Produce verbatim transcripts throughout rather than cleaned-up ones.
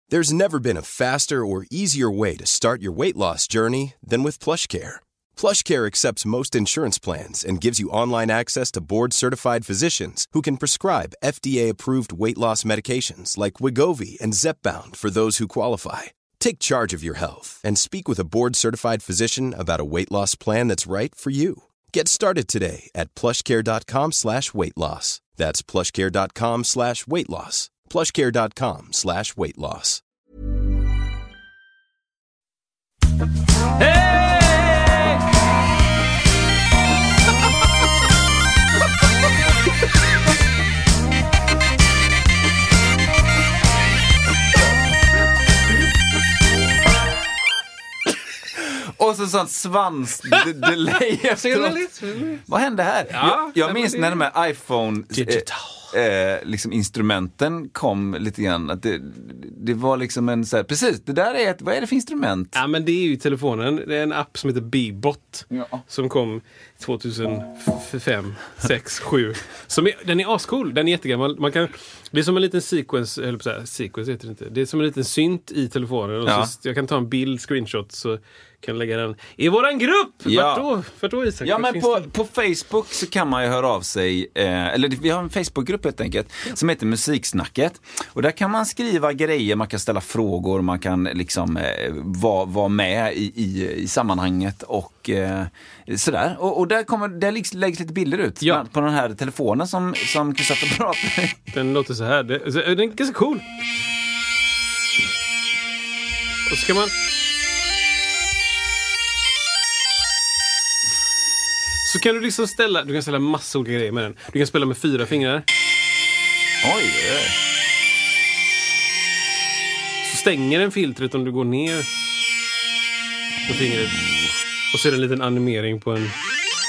There's never been a faster or easier way to start your weight loss journey than with PlushCare. PlushCare accepts most insurance plans and gives you online access to board-certified physicians who can prescribe F D A-approved weight loss medications like Wegovy and Zepbound for those who qualify. Take charge of your health and speak with a board-certified physician about a weight loss plan that's right for you. Get started today at plushcare.com slash weight loss. That's plushcare.com slash weight loss. plushcare.com slash weight loss. Hey! Och så sånt svans delay efteråt. Vad hände här? Ja, jag jag minns när de här iPhone eh, eh, liksom instrumenten kom lite grann att det, det var liksom en så här, precis, det där är ett, vad är det för instrument? Ja, men det är ju telefonen. Det är en app som heter Bebot ja. Som kom tjugohundrafem, sex, sju. Som är, den är ascool, den är jättegammal. Man kan, det är som en liten sequence, eller så här, sequence heter det inte. Det är som en liten synt i telefonen. Och ja. så, jag kan ta en bild, screenshot, så kan lägga den i våran grupp. Ja. Vart då? Vart då, Isak? Ja, men på, på Facebook så kan man ju höra av sig, eh, eller vi har en Facebookgrupp helt enkelt, som heter Musiksnacket. Och där kan man skriva grejer, man kan ställa frågor, man kan liksom eh, vara var med i, i, i sammanhanget och eh, sådär. Och, och där, kommer, där läggs, läggs lite bilder ut ja. på den här telefonen som, som Kristoffer pratar med. Den låter så här. Det, den är ganska cool. Och så kan man... Så kan du liksom ställa, du kan ställa massa olika grejer med den. Du kan spela med fyra fingrar. Oj, oj. Så stänger den filtret om du går ner på fingret. Och så är det en liten animering på en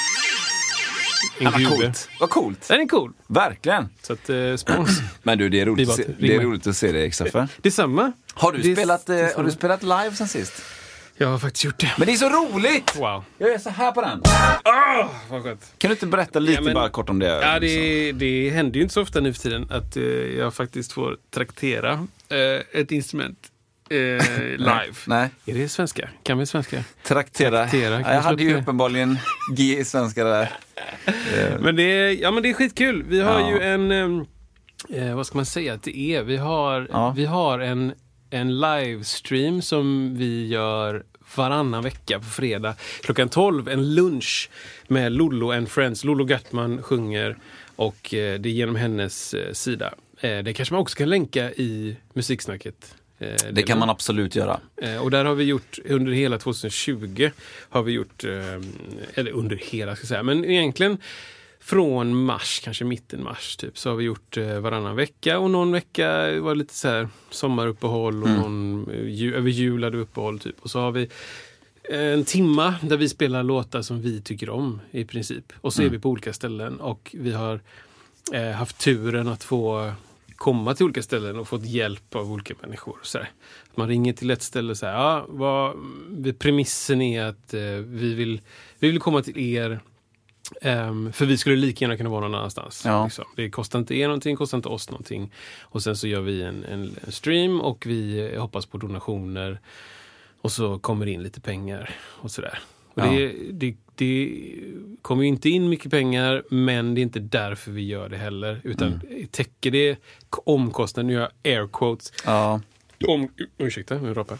en gubbe. Coolt. Vad coolt. Den är cool. Verkligen. Så att eh, spons. Men du, det är roligt, att se, det är roligt att se det, Kristoffer. Det är samma. Har du det spelat eh, har du spelat live sen sist? Jag har faktiskt gjort det. Men det är så roligt! Wow. Jag är så här på den. Oh, vad skönt. Kan du inte berätta lite ja, men, bara kort om det? Ja, det, det händer ju inte så ofta nu för tiden att eh, jag faktiskt får traktera eh, ett instrument eh, live. Nej. Är det svenska? Kan vi svenska? Traktera. traktera. Ja, jag hade ju uppenbarligen G i svenska där. men, det är, ja, men det är skitkul. Vi har ja. ju en... Eh, vad ska man säga att det är? Vi har, ja. vi har en... en livestream som vi gör varannan vecka på fredag klockan tolv, en lunch med Lollo and Friends. Lollo Gattman sjunger och eh, det är genom hennes eh, sida. Eh, det kanske man också kan länka i Musiksnacket. Eh, det, det kan man absolut göra. Eh, och där har vi gjort, under hela tjugohundratjugo har vi gjort, eh, eller under hela ska jag säga, men egentligen från mars, kanske mitten mars typ, så har vi gjort eh, varannan vecka. Och någon vecka var lite så här sommaruppehåll och mm. någon ju, över jul hade uppehåll typ. Och så har vi eh, en timma där vi spelar låtar som vi tycker om i princip. Och så mm. är vi på olika ställen. Och vi har eh, haft turen att få komma till olika ställen och fått hjälp av olika människor. Så här. Man ringer till ett ställe och säger, ja, vad, premissen är att eh, vi, vill, vi vill komma till er. Um, för vi skulle lika gärna kunna vara någon annanstans. Ja. Liksom. Det kostar inte er någonting, kostar inte oss någonting. Och sen så gör vi en, en, en stream och vi hoppas på donationer. Och så kommer in lite pengar och sådär. Och ja. det, det, det kommer ju inte in mycket pengar, men det är inte därför vi gör det heller. Utan mm. täcker det omkostnaden, nu gör jag air quotes. Ja. Om, ursäkta, nu rapar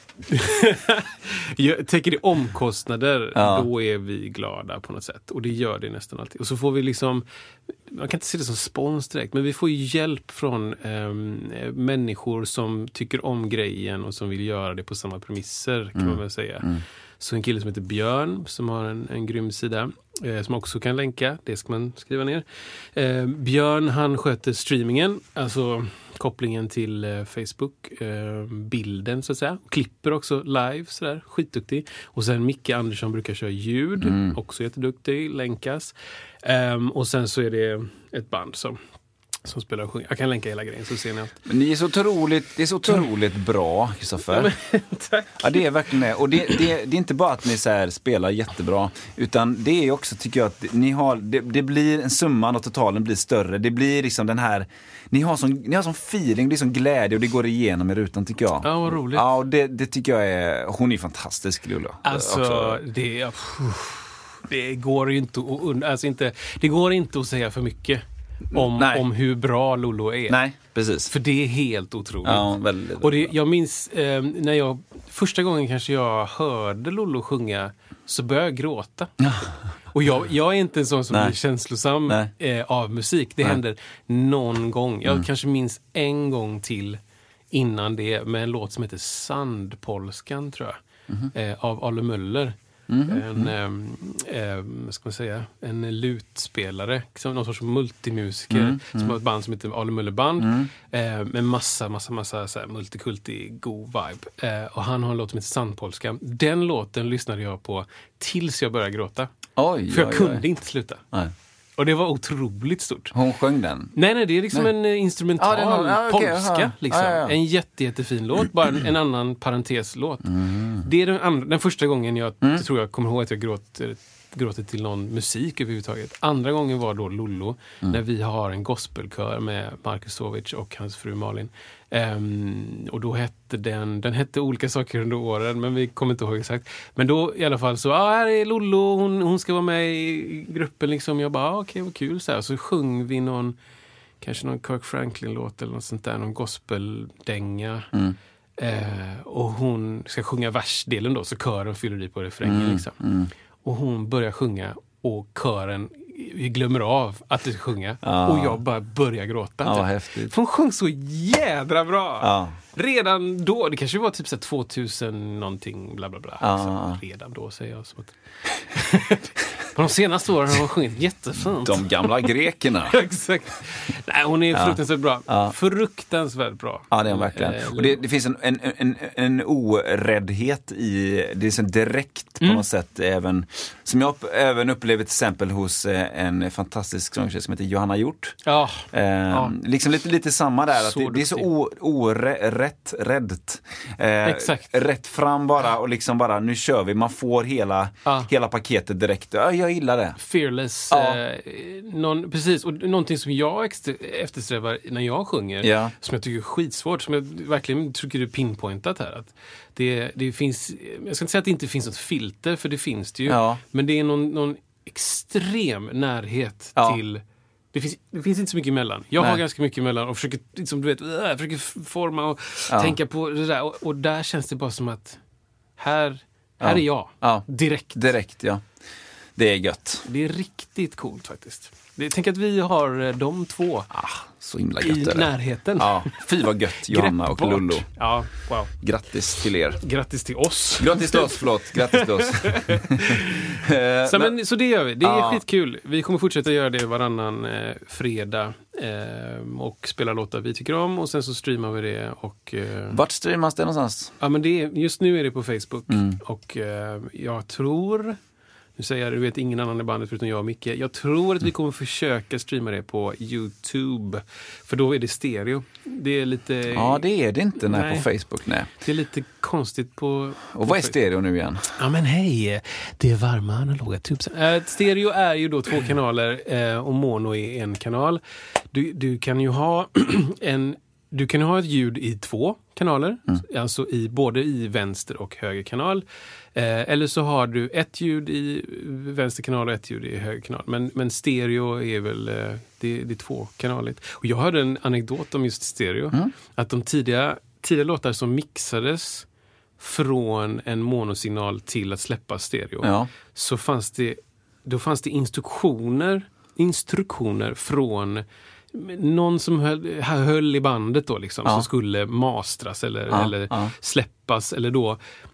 jag. Täcker det omkostnader, ja. Då är vi glada på något sätt. Och det gör det nästan alltid. Och så får vi liksom, man kan inte se det som spons direkt, men vi får hjälp från um, människor som tycker om grejen och som vill göra det på samma premisser, kan mm. man väl säga. Mm. Så en kille som heter Björn, som har en, en grym sida, eh, som också kan länka, det ska man skriva ner. Eh, Björn, han sköter streamingen, alltså kopplingen till eh, Facebook, eh, bilden så att säga. Klipper också live, sådär, skitduktig. Och sen Micke Andersson brukar köra ljud, mm. också jätteduktig, länkas. Eh, och sen så är det ett band som som spelar och sjunger. Jag kan länka hela grejen så ser ni allt. Men ni är så otroligt, det är så otroligt bra, Kristoffer. Ja, tack. Ja, det är verkligen det. Och det, det, det är inte bara att ni så här spelar jättebra, utan det är också, tycker jag, att ni har, det, det blir en summan och totalen blir större. Det blir liksom den här, ni har sån, ni har sån feeling, det är sån glädje och det går igenom i rutan, tycker jag. Ja, vad roligt. Ja, och det, det tycker jag är, hon är fantastisk, Lullo. Alltså, också. det det går ju inte att, alltså inte, det går inte att säga för mycket om, om hur bra Lollo är. Nej, precis. För det är helt otroligt. Ja, väldigt. Och det, jag minns eh, när jag första gången kanske jag hörde Lollo sjunga, så började jag gråta. Och jag, jag är inte en sån som Nej. blir känslosam eh, av musik. Det Nej. händer någon gång. Jag mm. kanske minns en gång till innan det med en låt som heter Sandpolskan, tror jag. Mm. Eh, av Ale Möller. Mm-hmm. En, eh, vad ska man säga, en lutspelare, som någon sorts multimusiker, mm, som mm. har ett band som heter Ale Möller Band, mm. eh, med massa, massa, massa så här, multikulti, god vibe. Eh, och han har en låt som heter Sandpolska. Den låten lyssnade jag på tills jag började gråta. Oj, För jag oj, kunde oj. inte sluta. Nej. Och det var otroligt stort. Hon sjöng den? Nej, nej, det är liksom nej. en instrumental ja, någon, ja, okay, polska. Liksom. Ja, ja, ja. En jätte, jättefin låt. Bara en, en annan parenteslåt. Mm. Det är den, andra, den första gången jag mm. tror jag kommer ihåg att jag gråter, gråter till någon musik överhuvudtaget. Andra gången var då Lollo. Mm. När vi har en gospelkör med Marcus Sovic och hans fru Malin. Um, och då hette den, den hette olika saker under åren, men vi kommer inte ihåg exakt. Men då i alla fall så, ja ah, här är Lollo, hon, hon ska vara med i gruppen liksom. Jag bara, ah, okej, okay, vad kul. Så, här. Så sjöng vi någon, kanske någon Kirk Franklin-låt eller något sånt där, någon gospeldänga. Mm. Uh, och hon ska sjunga versdelen då, så kören fyller i på refrängen mm. liksom. Mm. Och hon börjar sjunga och kören vi glömmer av att det sjunga ah. och jag bara börjar gråta. Ja, typ. häftigt. För hon sjöng så jädra bra. Ah. Redan då, det kanske var typ så tvåtusen någonting bla bla bla. Ah. Så, redan då säger jag som att på de senaste åren har hon sjungit jättefint. De gamla grekerna. Exakt. Nej, hon är fruktansvärt bra. Ja. Fruktansvärt bra. Ja, det är hon verkligen. Eh, och det, det finns en, en, en, en oräddhet i, det är så direkt på mm. något sätt, även, som jag även upplever till exempel hos en fantastisk sångerska som heter Johanna Hjort. Ja. Eh, ja. Liksom lite, lite samma där, att så det, det är så orätt, räddt. Eh, Exakt. Rätt fram bara och liksom bara, nu kör vi. Man får hela, ja. hela paketet direkt. Ja, jag gillar det. Fearless. Ja. Eh, någon, precis, och någonting som jag eftersträvar när jag sjunger, ja. som jag tycker är skitsvårt, som jag verkligen tycker är pinpointat här, att det, det finns, jag ska inte säga att det inte finns något filter, för det finns det ju, ja. men det är någon, någon extrem närhet ja. till. Det finns, det finns inte så mycket emellan. Jag Nej. har ganska mycket emellan och försöker, liksom, du vet, jag försöker forma och ja. tänka på det där. Och, och där känns det bara som att här, här ja. är jag. Ja. Direkt. Direkt, ja. Det är gött. Det är riktigt coolt faktiskt. Jag tänker att vi har de två ah, så himla gött i är det. närheten. Ja, fy vad gött, Johanna och Lollo. Ja, wow. Grattis till er. Grattis till oss. Grattis till oss, förlåt. Grattis till oss. så, men, så det gör vi. Det är ja. skitkul. Vi kommer fortsätta göra det varannan eh, fredag eh, och spela låtar vi tycker om, och sen så streamar vi det. Och, eh, vart streamas det någonstans? Ja, men det är, just nu är det på Facebook. Mm. Och eh, jag tror... Nu säger jag, du vet ingen annan i bandet förutom jag och Micke. Jag tror att vi kommer försöka streama det på YouTube. För då är det stereo. Det är lite... Ja, det är det inte när nej. på Facebook, nej. Det är lite konstigt på... Och vad är stereo nu igen? Ja, men hej. Det är varma analoga tusen. Äh, stereo är ju då två kanaler eh, och mono är en kanal. Du, du kan ju ha en... Du kan ha ett ljud i två kanaler, mm. alltså i, både i vänster och höger kanal. Eh, eller så har du ett ljud i vänster kanal och ett ljud i höger kanal. Men, men stereo är väl eh, det, det är tvåkanaligt. Och jag hörde en anekdot om just stereo. Mm. Att de tidiga, tidiga låtar som mixades från en monosignal till att släppa stereo. Ja. Så fanns det, då fanns det instruktioner, instruktioner från... någon som höll, höll i bandet då liksom, ja. som skulle mastras eller, ja, eller ja. släppas, eller då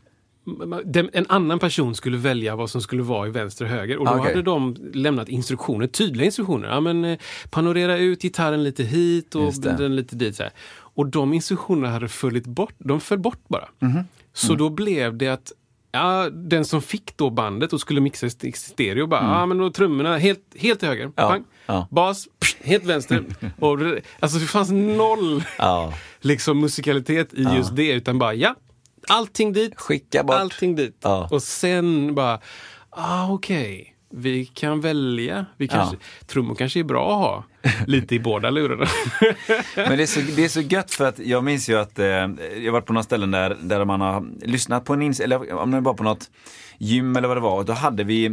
en annan person skulle välja vad som skulle vara i vänster och höger, och då okay. hade de lämnat instruktioner, tydliga instruktioner. Ja, men panorera ut gitarren lite hit och den lite dit så här. Och de instruktionerna hade följt bort, de föll bort bara. Mm-hmm. Så mm. då blev det att Ja, den som fick då bandet och skulle mixa i stereo bara, ja mm. ah, men då trummorna helt, helt till höger. Ja, Pang. ja. Bas, psh, helt vänster. Och, alltså det fanns noll ja. liksom musikalitet i ja. just det, utan bara, ja, allting dit. Skicka bort. Allting dit. Ja. Och sen bara, ah okej. Okay. Vi kan välja. Vi kanske, ja. Trummor kanske är bra att ha lite i båda lurarna. Men det är, så, det är så gött för att jag minns ju att eh, jag varit på några ställen där, där man har lyssnat på en ins- eller om det var på något gym eller vad det var. Då hade vi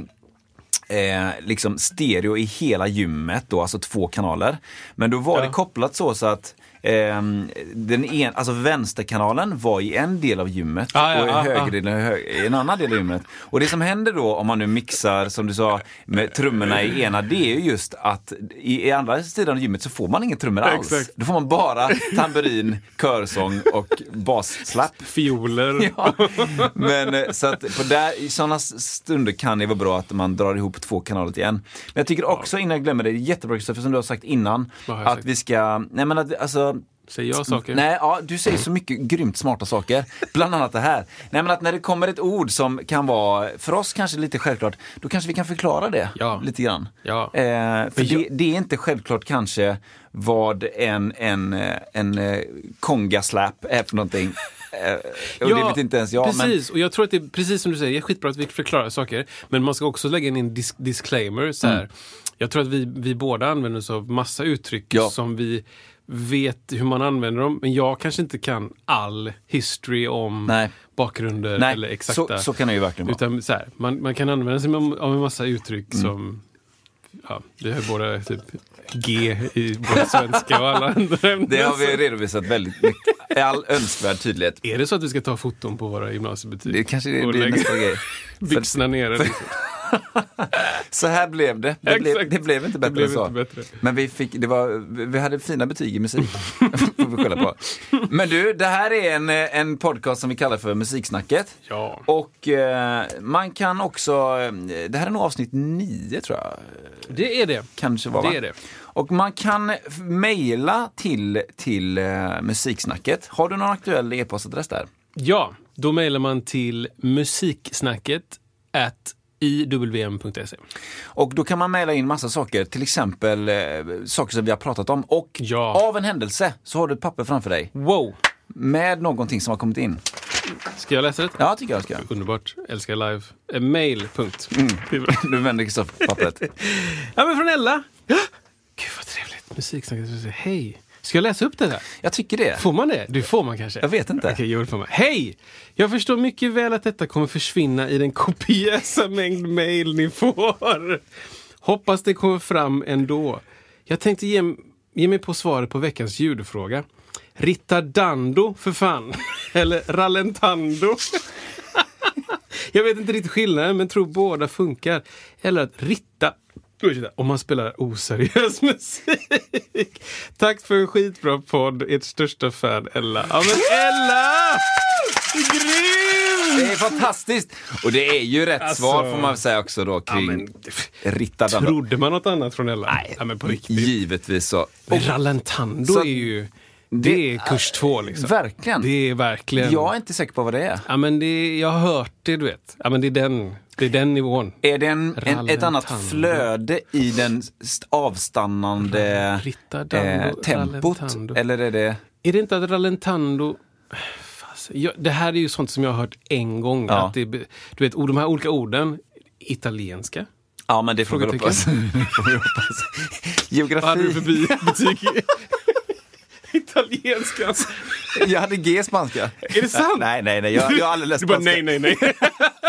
eh, liksom stereo i hela gymmet då, alltså två kanaler. Men då var ja. det kopplat så, så att Eh, den en, alltså vänsterkanalen var i en del av gymmet ah, ja, och i högerdelen ah. i en annan del av gymmet. Och det som händer då om man nu mixar, som du sa, med trummorna i ena, det är ju just att i, i andra sidan av gymmet så får man inga trummor alls. Exakt. Då får man bara tamburin, körsång och basslapp. Fioler. Ja. Men så att på där, i sådana stunder kan det vara bra att man drar ihop två kanaler igen. Men jag tycker också, innan jag glömmer det, det är jättebra, för som du har sagt innan, har att sagt? vi ska, nej men att, alltså säger jag saker? Nej, ja, du säger så mycket grymt smarta saker. Bland annat det här. Nej, men att när det kommer ett ord som kan vara, för oss kanske lite självklart, då kanske vi kan förklara det ja. lite grann. Ja. Eh, för jag... det, det är inte självklart kanske vad en, en, en, en kongaslap är för någonting. Och ja, det vet inte ens jag. Precis, men... och jag tror att det är precis som du säger, det är skitbra att vi förklarar saker, men man ska också lägga in en dis- disclaimer så här. Mm. Jag tror att vi, vi båda använder oss av massa uttryck ja. som vi vet hur man använder dem, men jag kanske inte kan all history om Nej. bakgrunder Nej. eller exakta. Så, så kan det ju verkligen vara. Utan så här, man, man kan använda sig av en massa uttryck mm. som ja, det har både typ G i både svenska och alla andra ämnen. Det har vi redovisat väldigt mycket. I all önskvärd tydlighet. Är det så att vi ska ta foton på våra gymnasiebetyg? Det kanske det blir nästa grej. Byxorna nere. Liksom. Så här blev det. Det, blev, det blev inte bättre det blev än så. Inte bättre. Men vi, fick, det var, vi hade fina betyg i musik. Får vi skälla på. Men du, det här är en, en podcast som vi kallar för Musiksnacket. Ja. Och eh, man kan också, det här är nog avsnitt nio tror jag. Det är det. Kanske var, va? Det är det. Och man kan mejla till, till uh, Musiksnacket. Har du någon aktuell e-postadress där? Ja, då mejlar man till musiksnacket at i w m punkt se. Och då kan man mejla in massa saker, till exempel eh, saker som vi har pratat om. Och ja. av en händelse så har du ett papper framför dig. Wow! Med någonting som har kommit in. Ska jag läsa det? Ja, tycker jag ska. Underbart. Älskar live. Eh, mail. Punkt. Mm. Du vänder Kristoffer pappret. Ja, men från Ella. Gud vad trevligt. Musiksnacket. Hej. Ska jag läsa upp det där? Jag tycker det. Får man det? Det får man kanske. Jag vet inte. Okej, jag får man. Hej! Jag förstår mycket väl att detta kommer försvinna i den kopiösa mängd mejl ni får. Hoppas det kommer fram ändå. Jag tänkte ge, ge mig på svaret på veckans ljudfråga. Rittardando för fan. Eller rallentando. Jag vet inte riktigt skillnaden, men tror båda funkar. Eller att ritta... Om man spelar oseriös musik. Tack för en skitbra podd. Ert största fan, Ella. Ja, men Ella! Grym! Det är fantastiskt. Och det är ju rätt alltså, svar får man säga också då kring ja, men, Rittardando. Trodde man något annat från Ella? Nej, ja, men på riktigt. Givetvis så. Men rallentando är ju... Det, det är kurs två liksom. Verkligen. Det är verkligen... Jag är inte säker på vad det är. Ja, men det, jag har hört det, du vet. Ja, men det är den, det är den nivån. Är det en, en, ett annat flöde i den avstannande eh, tempot? Eller är det... Är det inte att rallentando... Jag, det här är ju sånt som jag har hört en gång. Ja. Att det, du vet, de här olika orden, italienska. Ja, men det får vi hoppas. Geografi. Vad hade du för betyg? Italienska. Jag hade G spanska. Är det sant? Nej, nej, nej. Jag, jag har aldrig läst spanska. Du bara, nej, nej, nej.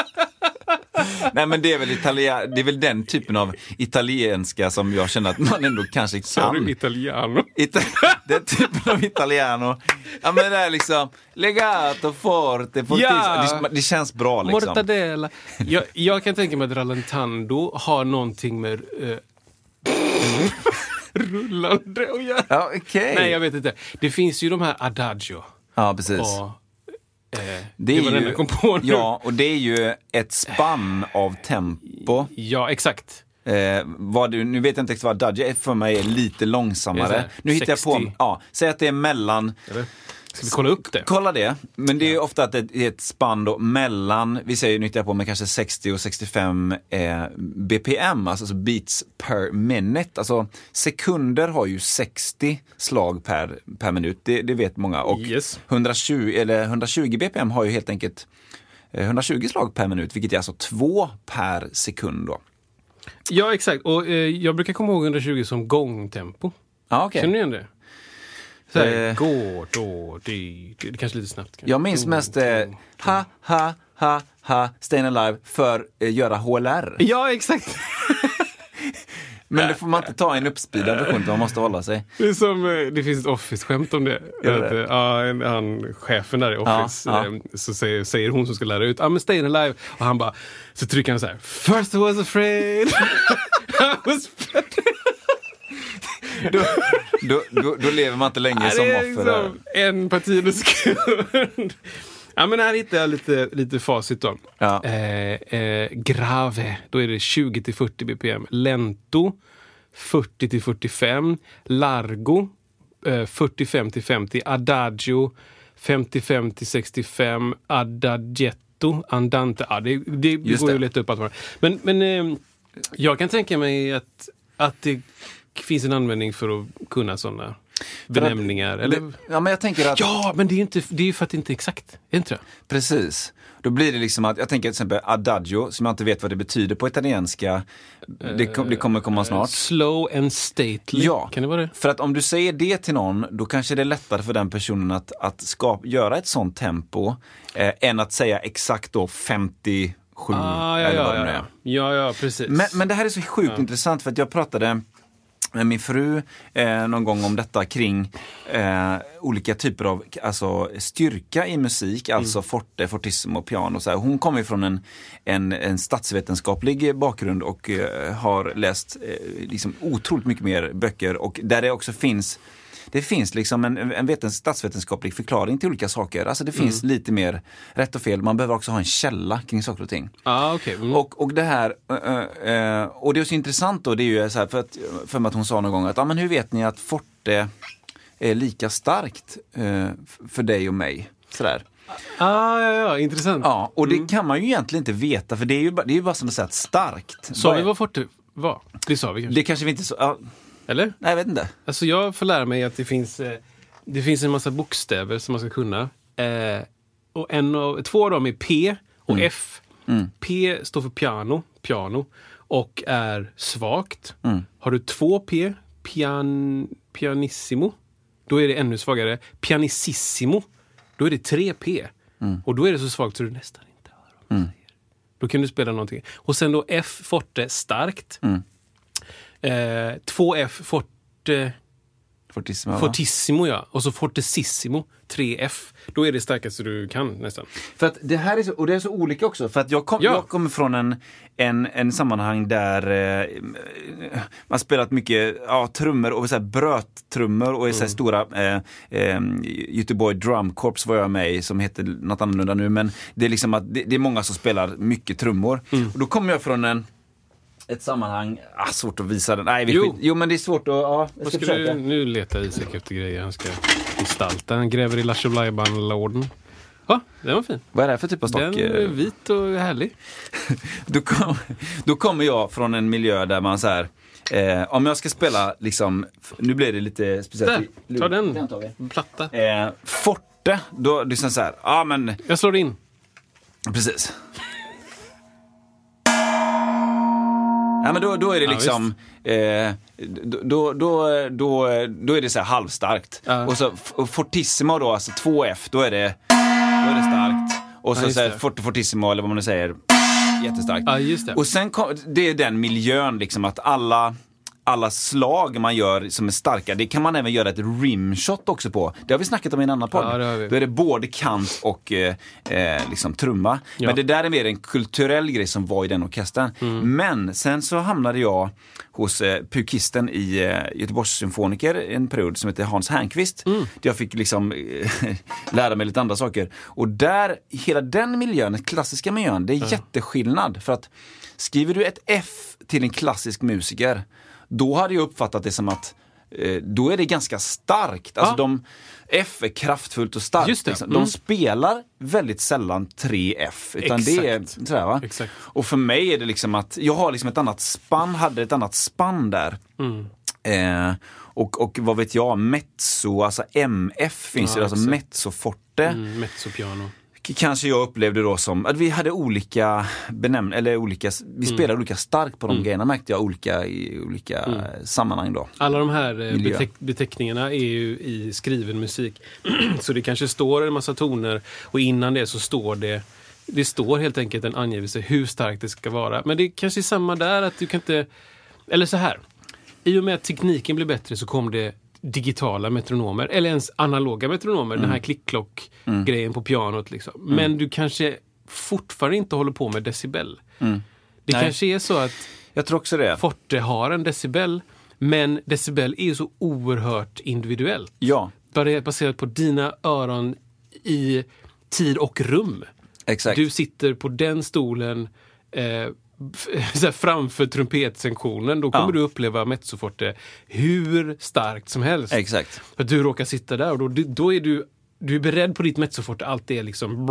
Nej, men det är väl Italia, det är väl den typen av italienska som jag känner att man ändå kanske kan. Sa du italiano? Ita- den typen av italiano. Ja, men det är liksom legato, forte, fortis. Ja. Det, det känns bra liksom. Mortadella. Jag, jag kan tänka mig att rallentando har någonting med... Uh, rullande och göra. Ja, okay. Nej, jag vet inte. Det finns ju de här adagio. Ja, precis. Och, eh, det, det är var ju, den jag kom på nu. Ja, och det är ju ett spann av tempo. Ja, exakt. Eh, vad du, nu vet jag inte exakt vad adagio är, för mig är lite långsammare. Är nu hittar sextio. jag på, ja, säg att det är mellan Eller? Ska vi kolla upp det? Kolla det, men det är ju ofta att det är ett spann då mellan, vi säger nyttjar på med kanske sextio och sextiofem eh, B P M, alltså, alltså beats per minute. Alltså sekunder har ju sextio slag per, per minut, det, det vet många. Och yes. hundratjugo, eller hundratjugo B P M har ju helt enkelt eh, hundratjugo slag per minut, vilket är alltså två per sekund då. Ja, exakt. Och eh, jag brukar komma ihåg hundratjugo som gångtempo. Ah, okay. Känner du igen det? Så här, Eh. gå, då, di, di. Det kanske lite snabbt. Kanske. Jag minns Go, mest eh, go, ha, ha, ha, ha, Stayin' Alive för eh, göra H L R. Ja, exakt. Men det får man inte ta i en uppspeedad version, man måste hålla sig. Det är som, eh, det finns ett Office-skämt om det. Gör det? Att, eh, ja, en- han, chefen där i Office, Ja, eh, så säger, säger hon som ska lära ut, ja ah, men Stayin' Alive. Och han bara, så trycker han så här, first I was afraid. I was Då, då, då, då lever man inte länge Ja, som det är offer. där. liksom en parti sekund. Ja, men här hittar jag lite, lite facit då. Ja. Eh, eh, grave, då är det tjugo till fyrtio B P M. Lento, fyrtio till fyrtiofem. Largo, eh, fyrtiofem till femtio. Adagio, femtiofem till sextiofem. Adagietto, andante. Ja, det, det, det Just går det. ju lätt upp att vara. Men, men eh, jag kan tänka mig att, att det finns en användning för att kunna sådana benämningar. Eller? Det, ja, men jag tänker att... Ja, men det är ju inte, det är ju för att det inte är exakt. Är det inte det? Precis. Då blir det liksom att, jag tänker till exempel adagio, som jag inte vet vad det betyder på italienska. Det, kom, det kommer komma snart. Slow and stately. Ja, Kan det vara det? för att om du säger det till någon, då kanske det är lättare för den personen att, att skapa, göra ett sånt tempo eh, än att säga exakt då femtiosju Ah, ja, eller vad ja, det nu ja, är. ja. Ja, ja, precis. Men, men det här är så sjukt intressant, för att jag pratade med min fru eh, någon gång om detta kring eh, olika typer av alltså, styrka i musik, alltså mm. forte, fortissimo, piano. Så här. Hon kommer ju från en, en, en statsvetenskaplig bakgrund och eh, har läst eh, liksom otroligt mycket mer böcker, och där det också finns Det finns liksom en, en vetens, statsvetenskaplig förklaring till olika saker. Alltså det finns mm. lite mer rätt och fel. Man behöver också ha en källa kring saker och ting. Ah, okay. mm. Och, och det här, äh, äh, och det är så intressant då, det är ju så här, för att, för att hon sa någon gång att, ja men hur vet ni att forte är lika starkt äh, för dig och mig? Sådär. Ah, ja, ja, intressant. Ja, och det mm. kan man ju egentligen inte veta, för det är ju bara, det är ju bara som att säga starkt. Sa vi vad forte var? Det sa vi kanske. Det kanske vi inte så... Ja. Eller? Nej, jag vet inte. Alltså jag får lära mig att det finns, eh, det finns en massa bokstäver som man ska kunna. Eh, och en av, två av dem är P och mm. F. Mm. P står för piano, piano och är svagt. Mm. Har du två P, pian, pianissimo, då är det ännu svagare. Pianississimo, då är det tre P. Mm. Och då är det så svagt så du nästan inte hör vad man mm. säger. Då kan du spela någonting. Och sen då F, forte, starkt. Mm. Eh, två F, forte... Fortissimo, Fortissimo, ja. Och så fortissimo, tre F. Då är det starkaste du kan nästan. För att det här är så, och det är så olika också. För att jag, kom, ja. jag kommer från en, en, en sammanhang där eh, man spelat mycket ja, trummor och så här bröttrummor och mm. så här stora eh, eh, Göteborg Drum Corps var jag med i, som heter något annorlunda nu. Men det är liksom att det, det är många som spelar mycket trummor. Mm. Och då kommer jag från en ett sammanhang, ah, svårt att visa den. Nej, vi jo. Skit. jo, men det är svårt att, ja, jag ska, ska du, nu letar Isak efter grejer han ska gestalta. Han gräver i Lattjo Lajban-lådan. Ja, den var fin. Vad är det för typ av stock? Den är vit och härlig. då, kom, då kommer jag från en miljö där man så här, eh, om jag ska spela liksom, nu blir det lite speciellt. Där, ta den, den tar vi. platta. Eh, forte, då liksom så här, ja men. Jag slår in. Precis. Ja, men då, då är det liksom ja, eh, då, då, då, då är det så här halvstarkt. Ja. Och så och fortissimo då, alltså två F, då är det, då är det starkt. Och så, ja, så här, forte, fortissimo eller vad man nu säger, jättestarkt. Ja, just det. Och sen kom, det är den miljön liksom, att alla alla slag man gör som är starka, det kan man även göra ett rimshot också på. Det har vi snackat om i en annan podd. Ja, då är det både kant och eh, eh, liksom trumma. Ja. Men det där är mer en kulturell grej som var i den orkestern. Mm. Men sen så hamnade jag hos eh, pukisten i eh, Göteborgs symfoniker en period som heter Hans Härnqvist. Mm. Där jag fick liksom eh, lära mig lite andra saker. Och där, hela den miljön, den klassiska miljön, det är ja. jätteskillnad. För att skriver du ett F till en klassisk musiker, då hade jag uppfattat det som att eh, då är det ganska starkt. Alltså Ja. de, F är kraftfullt och starkt. Just det. Liksom. Mm. De spelar väldigt sällan tre F. Utan Exakt. det är sådär, va? Exakt. Och för mig är det liksom att jag har liksom ett annat spann, hade ett annat spann där. Mm. Eh, och, och vad vet jag, mezzo, alltså M F finns Ja, ju, alltså exakt. mezzo forte. Mm, mezzopiano. K- Kanske jag upplevde då som att vi hade olika benämningar, eller olika, vi spelade olika starkt på de Mm. grejerna, märkte jag, olika, i olika Mm. sammanhang då. Alla de här eh, Miljö. beteck- beteckningarna är ju i skriven musik. Så det kanske står en massa toner och innan det så står det det står helt enkelt en angivelse hur starkt det ska vara. Men det är kanske är samma där att du kan inte, eller så här. I och med att tekniken blir bättre så kom det digitala metronomer eller ens analoga metronomer, den här klick-klock-grejen på pianot liksom. Men du kanske fortfarande inte håller på med decibel. Mm. Det Nej. kanske är så att Jag tror också det. Forte har en decibel, men decibel är ju så oerhört individuellt. Ja, Bara baserat på dina öron i tid och rum. exakt. Du sitter på den stolen eh, f- så här, framför trumpetsektionen, då kommer Ja. du uppleva mezzoforte hur starkt som helst. Exakt. För att du råkar sitta där och då, då är du du är beredd på ditt mezzoforte, allt är liksom